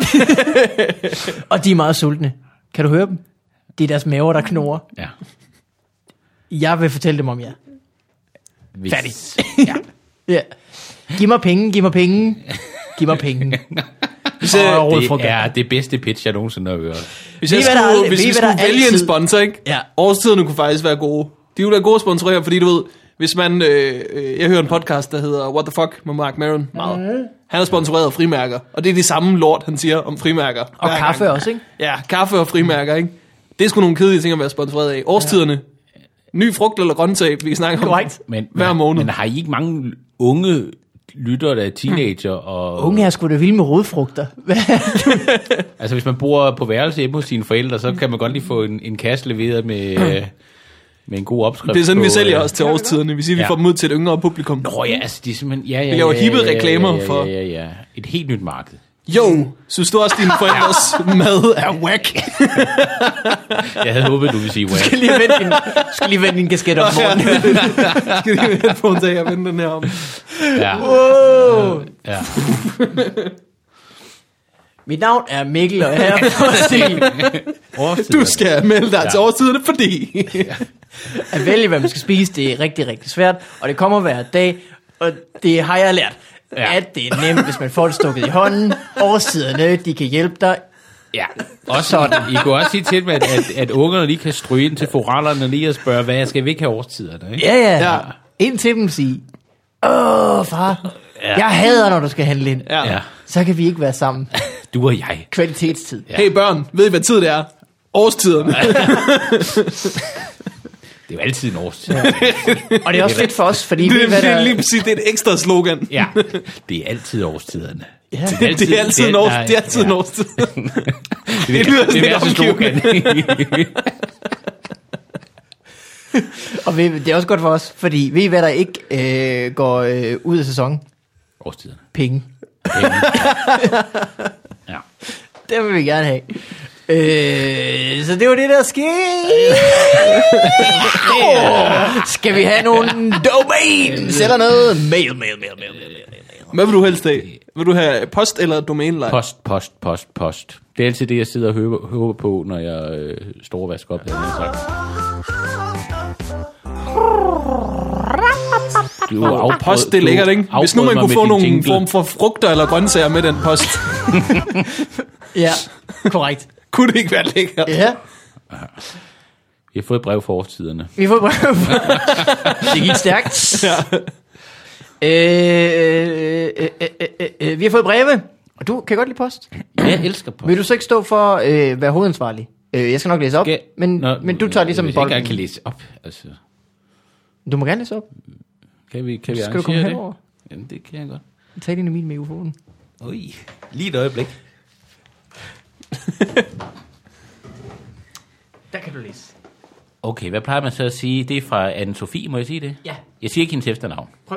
Og de er meget sultne. Kan du høre dem? Det er deres maver, der knurrer. Ja. Jeg vil fortælle dem om jer. Hvis, Færdig. Ja. Ja. Giv mig penge, giv mig penge. Giv mig penge. Hvis, Og jeg, rodfrugt. Det er det bedste pitch, jeg nogensinde har hørt. hvis, Ved jeg I, hvad der skulle, aldrig- hvis ved I, vi hvad der skulle vælge altid- en sponsor, ikke? Ja. Årstiderne kunne faktisk være gode. De ville være gode sponsorer, fordi du ved, hvis man, øh, øh, jeg hører en podcast, der hedder What the Fuck med Mark Maron meget. Mhm. Han er sponsoreret af frimærker, og det er det samme lort, han siger om frimærker. Og hver kaffe gang. også, ikke? Ja, kaffe og frimærker, ikke? Det er sgu nogle kedelige ting at være sponsoreret af. Årstiderne. Ny frugt eller grøntsag, vi kan snakke om. Korrekt. Men, Hver men, måned. Men har I ikke mange unge lytter, der er teenager? Og, Unge er sgu da vilde med rodfrugter. Hvad? Altså hvis man bor på værelse hjemme hos sine forældre, så kan man godt lige få en, en kasse leveret med, øh, med en god opskrift. Det er sådan, på, vi sælger øh, os til årstiderne. Vi siger, vi Ja. får dem ud til et yngre publikum. Nå ja, altså de er simpelthen... Ja, ja, Vi laver ja, hippe ja, ja, reklamer ja, ja, for- Ja, ja, ja. Et helt nyt marked. Jo, synes du også, dine forældres mad er whack? Jeg havde håbet, du ville sige Du skal wow. lige vende din, skal lige vende din kasket om morgenen. Skal lige vente på en dag og vende den her om. Ja. Wow. Ja. Mit navn er Mikkel, og jeg er her for at sige, Årstiderne. Du skal melde dig Ja. til årstiderne, fordi... at vælge, hvad man skal spise, det er rigtig, rigtig svært, og det kommer hver dag, og det har jeg lært. Ja. At det er nemt, hvis man får det stukket i hånden. Årstiderne, de kan hjælpe dig. Ja, også sådan. I kunne også sige til dem, at, at, at ungerne lige kan stryge ind til forallerne lige og spørge, hvad jeg skal vi ikke have årstiderne, ikke? Ja, ja. Ja. Ind til dem sige, åh far, ja. jeg hader, når du skal handle ind. Ja. Ja, Så kan vi ikke være sammen. du og jeg. Kvalitetstid. Ja. Hey børn, ved I, hvad tid det er? Årstiderne. Det er jo altid en årstid. Og det er også fedt for os, fordi Det, ved I, hvad det er der... lige præcis det er et ekstra slogan. Ja, det er altid årstiderne. Ja. Det, det er altid en årstid. Det er altid en årstid. Det, lyder sådan det lidt er slogan. Og ved, det er også godt for os, fordi ved I, hvad der ikke øh, går øh, ud af sæson? Årstiderne. Penge. Penge. Ja. Det vil vi gerne have. Øh, så det var det, der skete. Skal vi have nogle domains eller noget? Mail, mail, mail, mail, mail, mail, mail. Hvad vil du helst have? Vil du have post eller domænelej? Post, post, post, post. Det er altid det, jeg sidder og høber, høber på, når jeg øh, står og vasker op. Her, du Og post, det er lækkert, ikke? Hvis nu man kunne få nogle form for frugter eller grøntsager med den post, Ja, korrekt. kunne det ikke være lækkert? Ja, Vi har fået et brev for årstiderne. vi får brev. Det gik stærkt. Ja. Øh, øh, øh, øh, øh, vi har fået breve, og du kan godt lide post. Jeg elsker post. Vil du så ikke stå for at øh, være hovedansvarlig? Øh, jeg skal nok læse op, Skal- men, Nå, men du tager ligesom Hvis jeg ikke bolden. engang kan læse op, altså... Du må gerne læse op. Kan vi, kan vi Skal du komme arrangere herover? det? Jamen, det kan jeg godt. Tag din Emil med mikrofonen. Ui, lige et øjeblik. Der kan du læse. Okay, hvad plejer man så at sige? Det er fra Anne-Sophie, må jeg sige det? Ja. Jeg siger ikke hendes efternavn. Prøv.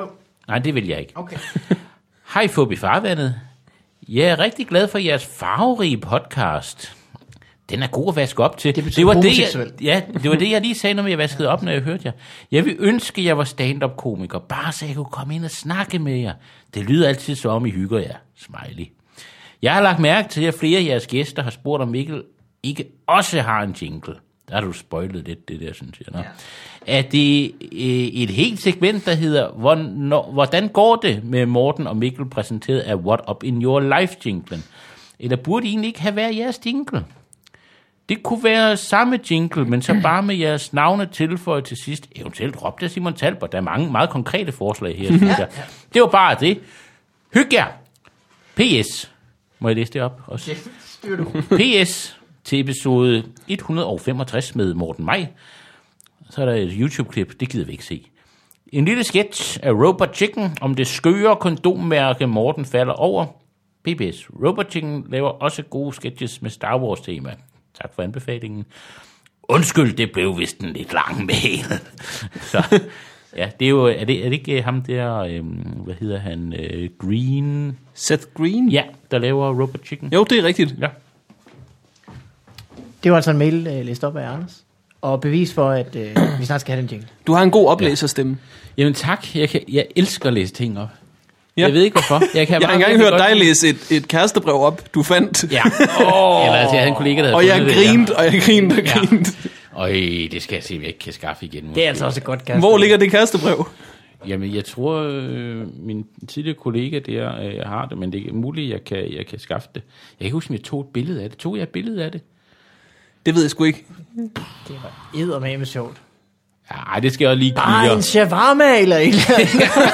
Nej, det vil jeg ikke. Okay. Hej Fubi Farvandet. Jeg er rigtig glad for jeres farverige podcast. Den er god at vaske op til. Det betyder var det, homoseksuel. jeg, ja, det var det, jeg lige sagde, når jeg vaskede op, når jeg hørte jer. Jeg vil ønske, jeg var stand-up-komiker, bare så jeg kunne komme ind og snakke med jer. Det lyder altid så om, I hygger jer. Smiley. Jeg har lagt mærke til, at flere af jeres gæster har spurgt, om Mikkel ikke også har en jingle. Der har du spoilet lidt, det der, synes jeg. Ja. At det er et helt segment, der hedder, Hvornår, hvordan går det med Morten og Mikkel præsenteret af What Up In Your Life-jinglen? Eller burde I egentlig ikke have været jeres jingle? Det kunne være samme jingle, men så bare med jeres navne tilføjet til sidst. Eventuelt råbte af Simon Talbot. Der er mange meget konkrete forslag her, synes jeg. Det var bare det. Hyg jer. P S. Må jeg læse det op også? P S til episode et hundrede og femogtres med Morten Maj. Så er der et YouTube-klip, det gider vi ikke se. En lille sketch af Robot Chicken om det skøre kondommærke Morten falder over. P P S. Robot Chicken laver også gode sketches med Star Wars-tema. Tak for anbefalingen. Undskyld, det blev vist en lidt lang mail. Så ja, det er jo, er det, er det ikke ham der, øhm, hvad hedder han, øh, Green? Seth Green? Ja, der laver Robot Chicken. Jo, det er rigtigt. Ja. Det var altså en mail, øh, læst op af Anders. Og bevis for, at øh, vi snart skal have den jingle. Du har en god oplæserstemme. Jamen tak, jeg, kan, jeg elsker at læse ting op. Ja. Jeg ved ikke hvorfor. Jeg, kan Jeg har engang hørt dig læse et, et kærestebrev op, du fandt. Ja. Oh. Eller altså, jeg havde en kollega, der havde og jeg fundet grinte, det, og jeg grinte, og Ja. grinte. Øj, det skal jeg se, om jeg ikke kan skaffe igen. Det er altså også et godt kæreste. Hvor ligger det kærestebrev? Jamen, jeg tror, øh, min tidligere kollega der øh, har det, men det er muligt, jeg kan, jeg kan skaffe det. Jeg kan ikke huske, om jeg tog et billede af det. Tog jeg et billede af det? Det ved jeg sgu ikke. Det var eddermame sjovt. Nej, det skal jeg også lige Bare give. en shawarma eller et eller andet.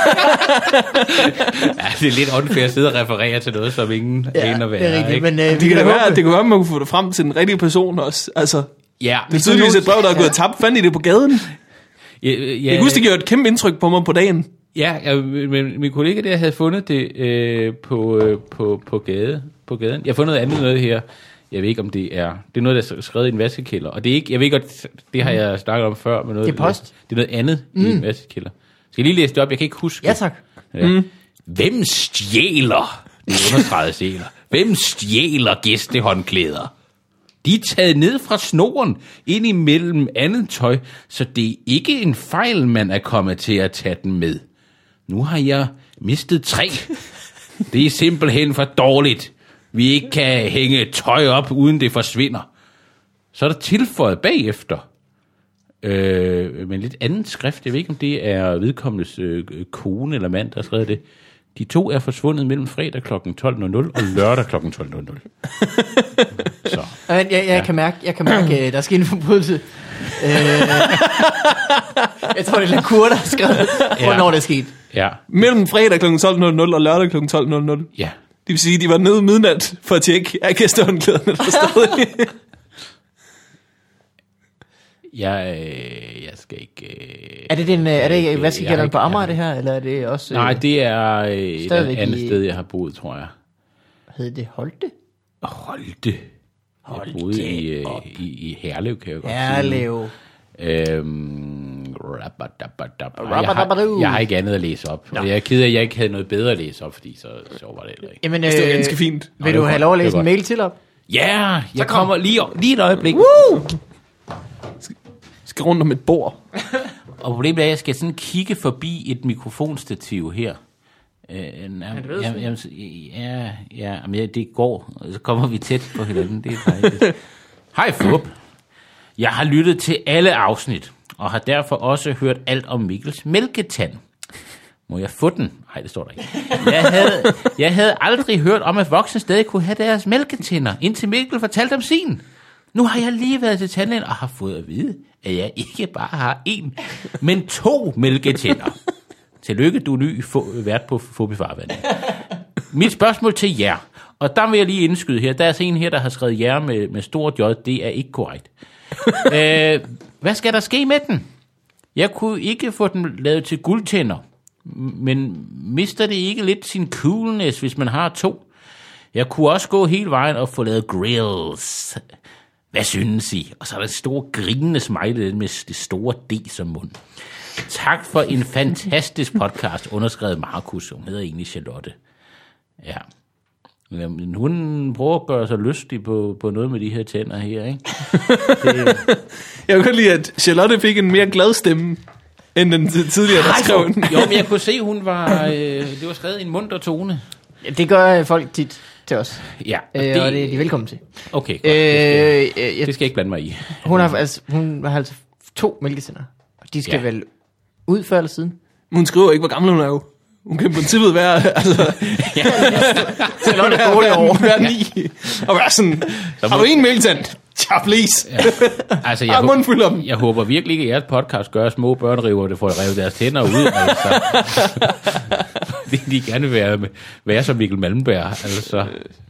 Ja, det er lidt unfair at sidde og referere til noget, som ingen Ja, aner, hvad det er rigtigt, ikke? men øh, Det kan da være, at det kan være, at man kunne få det frem til den rigtige person også. Altså, Ja, det er tydeligvis et brev, der er gået tabt. Fandt I det på gaden? ja, ja, Jeg kan huske, det gjorde et kæmpe indtryk på mig på dagen. Ja, ja, men min kollega der havde fundet det øh, på, øh, på, på, gade, på gaden. Jeg har fundet noget andet noget her. Jeg ved ikke, om det er... Det er noget, der er skrevet i en vaskekælder. Og det er ikke... Jeg ved godt, det har jeg snakket om før. Med noget, Det er post. Det er noget andet mm. i en vaskekælder. Skal jeg lige læse det op? Jeg kan ikke huske. Ja, tak. Ja. Mm. Hvem stjæler? Det er understreget stjæler. Hvem stjæler gæstehåndklæder? De er taget ned fra snoren ind imellem andet tøj, så det er ikke en fejl, man er kommet til at tage den med. Nu har jeg mistet tre. Det er simpelthen for dårligt. Vi ikke kan hænge tøj op, uden det forsvinder. Så er der tilføjet bagefter. Øh, men lidt anden skrift. Jeg ved ikke, om det er vedkommendes øh, kone eller mand, der har skrevet det. De to er forsvundet mellem fredag klokken tolv nul nul og lørdag klokken tolv nul nul. Så. Jeg, jeg, jeg, kan mærke, jeg kan mærke, at der er sket en forbrydelse. Øh, jeg tror, det er Lacour, der har skrevet, hvornår det er sket. Ja. Mellem fredag klokken tolv nul nul og lørdag klokken tolv nul nul. Ja. Det vil sige, at de var nede midnat for at tjekke, er gæstehåndklæderne der stadig. Jeg, øh, jeg skal ikke... Øh, Er det den, øh, er det jeg- hvad skal jeg kalde har den på ikke- Amager, jeg- det her? Eller er det også... Øh, Nej, det er øh, et stadigvæk andet i- sted, jeg har boet, tror jeg. Hed det Holte? Holte. Jeg boede i, øh, i, i Herlev, kan jeg godt sige. Herlev. Øhm, rabadabadab. jeg, har, Rabadabadoo. jeg har ikke andet at læse op. Og jeg er ked af, at jeg ikke havde noget bedre at læse op, fordi så, så var det heller ikke. Jamen, Det er jo øh, ganske fint. vil det du var have godt, lov at det læse var en godt. mail til op? Ja, jeg kom. kommer lige, lige et øjeblik. Woo! Skal rundt om et bord. Og problemet er, at jeg skal sådan kigge forbi et mikrofonstativ her. Øh, jamen, ved jamen, jamen, så- ja, ja, men ja, det går, og så kommer vi tæt på hinanden. Det er dejligt. Hej Fup. Jeg har lyttet til alle afsnit, og har derfor også hørt alt om Mikkels mælketand. Må jeg få den? Nej, det står der ikke. Jeg havde, jeg havde aldrig hørt om, at voksne stadig kunne have deres mælketænder, indtil Mikkel fortalte om sin. Nu har jeg lige været til tandlægen og har fået at vide, at jeg ikke bare har én, men to mælketænder. Tillykke, du er ny få- vært på Fubi Farvandet. Mit spørgsmål til jer, og der vil jeg lige indskyde her, der er altså en her, der har skrevet jer med, med stort J, det er ikke korrekt. øh, hvad skal der ske med den? Jeg kunne ikke få den lavet til guldtænder, men mister det ikke lidt sin coolness, hvis man har to? Jeg kunne også gå hele vejen og få lavet grills. Hvad synes I? Og så er der et stort grinende smiley med det store D som mund. Tak for en fantastisk podcast, underskrevet Markus. Hun hedder egentlig Charlotte. Ja. Jamen, hun prøver at gøre sig lystig på, på noget med de her tænder her, ikke? Det, Jeg kan godt lide, at Charlotte fik en mere glad stemme, end den tidligere, der skrev den. jo, men jeg kunne se, hun var, øh, det var skrevet i en munter tone. Ja, det gør folk tit til os. Ja, Og, øh, det, og det er de velkommen til. Okay, godt. Det, skal, Øh, jeg, det skal jeg ikke blande mig i. hun, har, altså, hun har altså to mælketænder. Og de skal Ja. vel ud før eller siden. Hun skriver ikke, hvor gammel hun er jo. Hun kan i princippet være, altså, Charlotte er dårlig over. være ni. Og være sådan, har du en mælketand? Tja, please. Ja. Altså, jeg, Har munden fuld af dem. jeg håber virkelig ikke, at jeres podcast gør små børneriver, det får revet deres tænder ud. Altså. de, de gerne vil være, være som Mikkel Malmberg. Altså.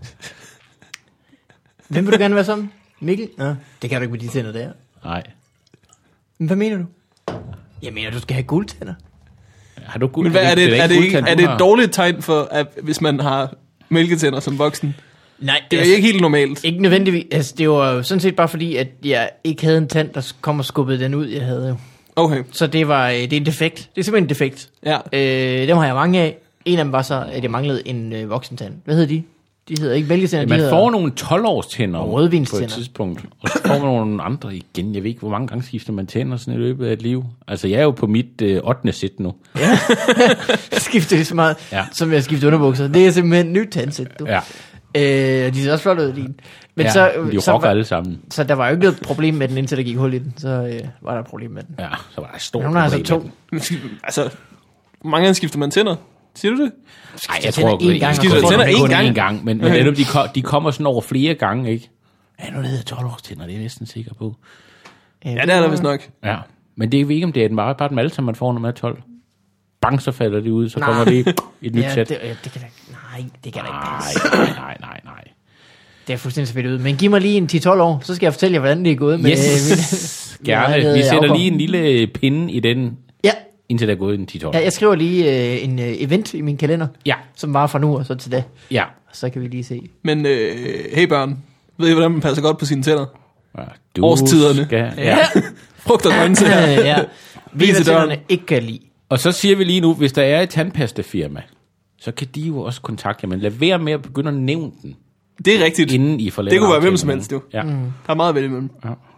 Hvem vil du gerne være som? Mikkel? Nå, det kan du ikke med de tænder der. Nej. Men hvad mener du? Jeg mener, du skal have guldtænder. Har du guld? Men hvad er det, da er det, ikke ikke, guldtand, er du det et har. dårligt tegn for, at hvis man har mælketænder som voksen? Nej, Det er ikke helt normalt. Ikke nødvendigvis. Altså, det var jo sådan set bare fordi, at jeg ikke havde en tand, der kom og skubbede den ud, jeg havde jo. Okay, Så det var, øh, det er en defekt. Det er simpelthen en defekt. ja. Øh, dem har jeg mange af. En af dem var så, at jeg manglede en øh, voksentand. Hvad hedder de? De hedder ikke mælketænder, de Man hedder... får nogle tolv-års tænder Og på rødvinstænder. et tidspunkt, og så får man nogle andre igen. Jeg ved ikke, hvor mange gange skifter man tænder sådan i løbet af et liv. Altså, jeg er jo på mit øh, ottende sæt nu. Jeg skifter lige så meget, Ja. som jeg skifter underbukser. Det er simpelthen nyt tandsæt, du. Ja, Øh, de ser også flot ud, din. Men ja så, de så, rocker var, alle sammen. så der var jo ikke noget problem med den, indtil der gik hul i den. Så øh, var der et problem med den. Ja, så var der et stort Men hun har altså problem. to. Altså, hvor mange gange skifter man tænder? Siger du det? Nej, jeg tænder tror én gang, og skifter så tænder får man én kun gang, gang men, men Okay. netop, de, ko- de kommer sådan over flere gange, ikke? Ja, nu hedder tolv-års tænder, det er jeg næsten sikker på. Ja, det er der vist nok. Ja, men det er ikke, om det er den bare, bare dem alle sammen, man får, når man er tolv. Bang, så falder de ud, så Nej. kommer det et nyt Ja, sæt. det, ja, det kan da, nej, det kan da ikke Nej, passe. nej, nej, nej, nej. Det er fuldstændig fedt ud. Men giv mig lige en ti tolv år, så skal jeg fortælle jer, hvordan det er gået med... Yes, med gerne. med Vi sætter afkom. lige en lille pinde i den, Ja, indtil der er gået en ti tolv. ja, jeg skriver lige øh, en øh, event i min kalender, Ja, som var fra nu og så til da. ja. Så kan vi lige se. Men øh, hey børn, ved I, hvordan man passer godt på sine tænder? ja. Du Årstiderne. Skal, ja. Frugt og grøntsager. ja. Vi Vise hvad døren. tænderne ikke kan lide. Og så siger vi lige nu, hvis der er et tandpastafirma, så kan de jo også kontakte jer, men lad være med at begynde at nævne den, Det er rigtigt. inden I forlader Det kunne være hvem aftalen. som helst, jo. Ja, Mm. Der er meget ved det imellem.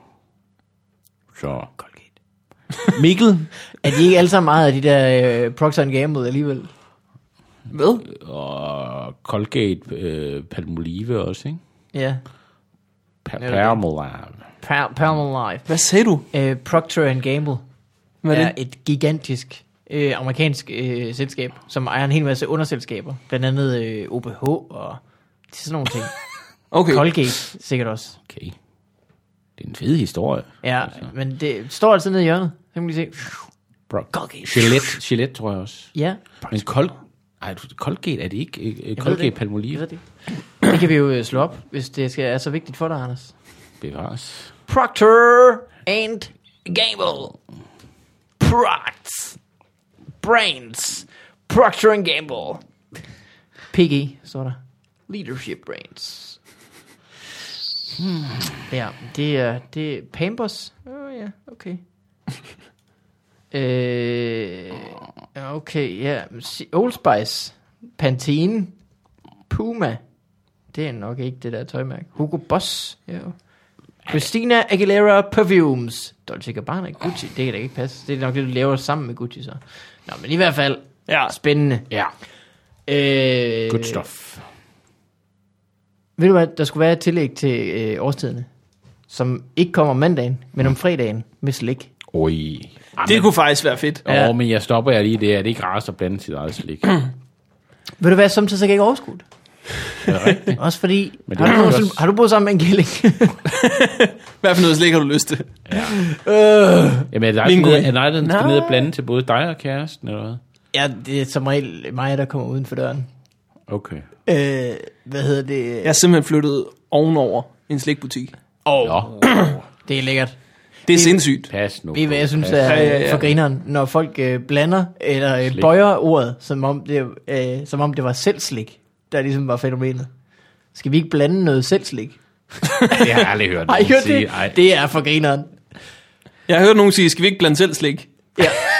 så... Colgate. Mikkel Er de ikke alle sammen meget af de der øh, Procter and Gamble alligevel? Hvad? og Colgate, øh, Palmolive også, ikke? Ja. Pa- det. Palmolive. Pa- Palmolive. Hvad sagde du? Øh, Procter and Gamble Hvad er er det? et gigantisk øh, amerikansk øh, selskab, som ejer en hel masse underselskaber. Blandt andet øh, O B H og sådan nogle ting. Okay. Colgate sikkert også. Okay. Det er en fed historie. Ja, men det står altid nede i hjørnet. Så kan man lige se. Bro- Colgate. Gillette, Gillette, tror jeg også. Ja, Men Col- Ej, Colgate, er det ikke? Øh, det Colgate ikke. Palmolive? jeg ved det ikke. Det kan vi jo øh, slå op, hvis det skal, er så vigtigt for dig, Anders. Bevares. Procter and Gamble. Procts. Brains. Procter and Gamble. P G, står der. Leadership Brains. Hmm. Ja, det er, det er Pampers. Åh oh, ja, okay. øh, okay, ja. Old Spice. Pantene. Puma. Det er nok ikke det der tøjmærke. Hugo Boss. Ja. Christina Aguilera Perfumes. Dolce Gabbana Gucci. Det kan da ikke passe. Det er nok det, du laver sammen med Gucci så. Nå, men i hvert fald Ja. spændende. Ja, Øh, good stuff. Ved du hvad, der skulle være et tillæg til øh, årstiderne, som ikke kommer om mandagen, men om fredagen med slik. Oj. Det kunne faktisk være fedt. Åh, Ja. men jeg stopper jer lige der. Det er ikke rart at blande sit eget slik. Ved du hvad, samtidig så kan jeg ikke overskudt. Er det rigtigt? Også fordi, Men det har er du, jo nogensinde, også- har du boet sammen med en kælling? Hvad for noget slik har du lyst til? øh. Jamen, er der Linguine. ned, er der den skal Nej. ned og blande til både dig og kæresten, eller hvad? Ja, det er som regel mig, der kommer uden for døren. Okay. Øh, hvad hedder det? Jeg er simpelthen flyttet ovenover en slikbutik. Oh, Nå, det er lækkert. Det er sindssygt. pas nu. Ved I, hvad jeg synes Pas. er Ja, ja, ja. for grineren? Når folk øh, blander eller øh, Slik. bøjer ordet, som om, det, øh, som om det var selvslik, der ligesom var fænomenet. Skal vi ikke blande noget selvslik? Det har jeg aldrig hørt Har I nogen hørt sige. det? Ej. Det er for grineren. Jeg har hørt nogen sige, skal vi ikke blande selv slik? Ja.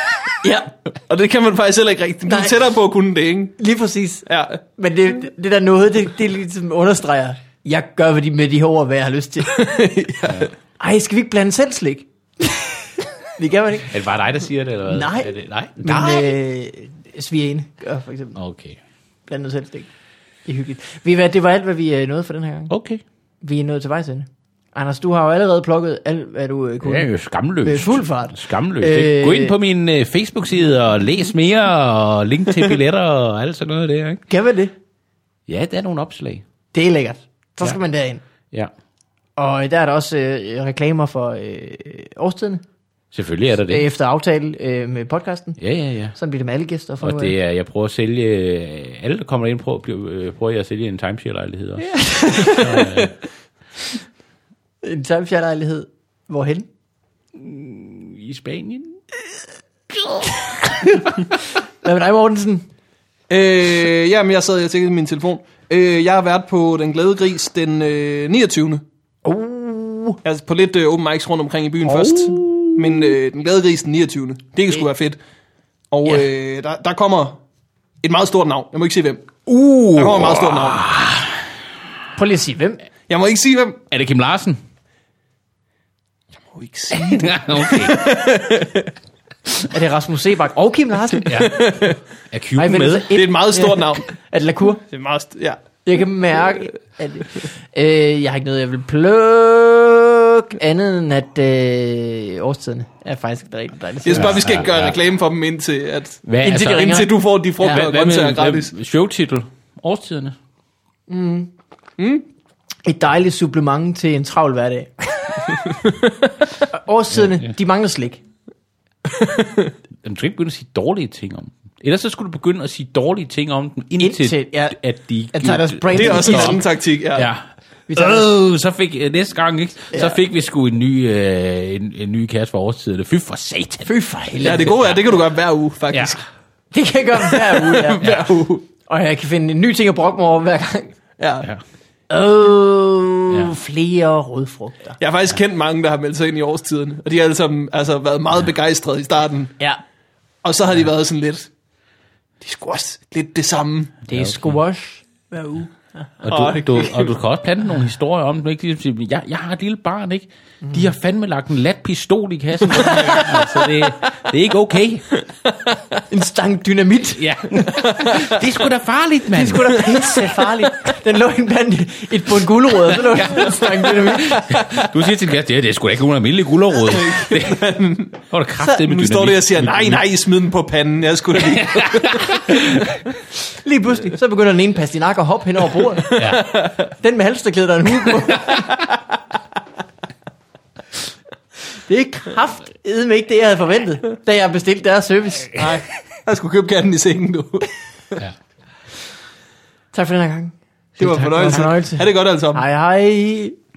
Ja, Og det kan man faktisk heller ikke rigtigt. Du er Nej. tættere på at kunne det, ikke? lige præcis. Ja. Men det, det der noget, det, det ligesom understreger, jeg gør med de, med de her ord, hvad jeg har lyst til. Ja. Ej, skal vi ikke blande selv slik? Det kan man ikke. Er det bare dig, der siger det, eller hvad? Nej. Er det, nej? Men øh, svigerinde gør for eksempel. Okay. Blandet selv slik. Det er hyggeligt. Ved I hvad, det var alt, hvad vi øh, nåede for den her gang. Okay. Vi er nået til vejs ende. Anders, du har jo allerede plukket alt, hvad du øh, kunne. Det er jo skamløst. Med fuld fart. Skamløst. Øh, Øh, Gå ind på min uh, Facebook-side og læs mere, og link til billetter og alt sådan noget der, ikke? Kan man det? Ja, der er nogle opslag. Det er lækkert. Så skal Ja. man derind. Ja. Og der er der også øh, reklamer for øh, årstiderne. Selvfølgelig er der det. Det. Efter aftale øh, med podcasten. Ja, ja, ja. Sådan bliver det med alle gæster. For Og det er, jeg prøver at sælge, øh, alle der kommer ind, prøver, bliver- prøver jeg at sælge en timeshare-lejlighed også. Ja. en timeshare-lejlighed. Hvorhen? I Spanien. Hvad med dig, Mortensen? Øh, jamen, jeg sad og tjekkede min telefon. Øh, jeg har været på Den Glade Gris den øh, niogtyvende Uh, Altså på lidt øh, open mics rundt omkring i byen oh. først. Men øh, Den Glade Gris den niogtyvende Det kan sgu være fedt. Og Ja. øh, der, der kommer et meget stort navn. Jeg må ikke sige hvem. Uh, Der kommer et meget stort navn. prøv lige at sige, hvem? Jeg må ikke sige hvem. Er det Kim Larsen? Jeg må ikke sige. Ja, okay. Er det Rasmus Sebak og Kim Larsen? Ja. Er Cuban Ej, vent, med? så Det er et meget stort navn. Er det Lacour? Det er meget st- ja. Jeg kan mærke, at øh, jeg har ikke noget, jeg vil plukke andet end at øh, årstiderne er faktisk rigtig dejligt. Jeg synes bare, vi skal ikke gøre Ja, ja. reklame for dem indtil, at, Hvad, Indtil altså, de ringer. indtil du får de frugter Ja. og hvad grøntsager med, gratis. hvad, showtitel? Årstiderne? Et dejligt supplement til en travl hverdag. Årstiderne, Ja, ja. de mangler slik. Jamen, du skal ikke begynde at sige dårlige ting om dem. Ellers så skulle du begynde at sige dårlige ting om dem, indtil, Indtil, ja. at de... At tager deres brain Det er også en Stop. anden taktik, ja. Ja. Vi tager Øh, så fik øh, næste gang, ikke? Så Ja. fik vi sgu en ny, øh, en, en ny kæreste for årstiderne. Fy for satan. Fy for helvede. Ja, det gode er, det kan du gøre hver uge, Ja. faktisk. Det kan jeg gøre hver uge, ja. Hver uge. Og jeg kan finde en ny ting at brokke mig over hver gang. Ja. Ja. Øh, Ja. flere rødfrugter. Jeg har faktisk kendt mange, der har meldt sig ind i årstiderne, og de har alle sammen altså, været meget begejstrede i starten. Ja, Og så har de været sådan lidt, de er sgu også lidt det samme. det er squash hver uge. Og du, du, og du kan også plante nogle historier om det, ikke? Ligesom sige, jeg, jeg har et lille barn, ikke? De har fandme lagt en lat pistol i kassen. Så det, det er ikke okay. En stang dynamit. Ja. Det er sgu da farligt, mand. Det er sgu da pisse farligt. Den lå en blandt et på en gulerod, og så lå den en stang dynamit. Du siger til din kæreste, det, det er sgu da ikke nogen almindelig gulerod. Det var da kraftigt med Nu står det og siger, nej, nej, smid den på panden. Jeg skulle da lige. Lige pludselig, så begynder den ene pastinak at hoppe hen over bordet. Ja. Den med halsterklæde, der er en hue på. Det er kraftedeme ikke det, jeg havde forventet, da jeg bestilte deres service. Nej, jeg skulle købe katten i sengen, du. Ja. Tak for den her gang. Det var en tak. fornøjelse. Det var en fornøjelse. Ha' det godt alle sammen. Hej hej.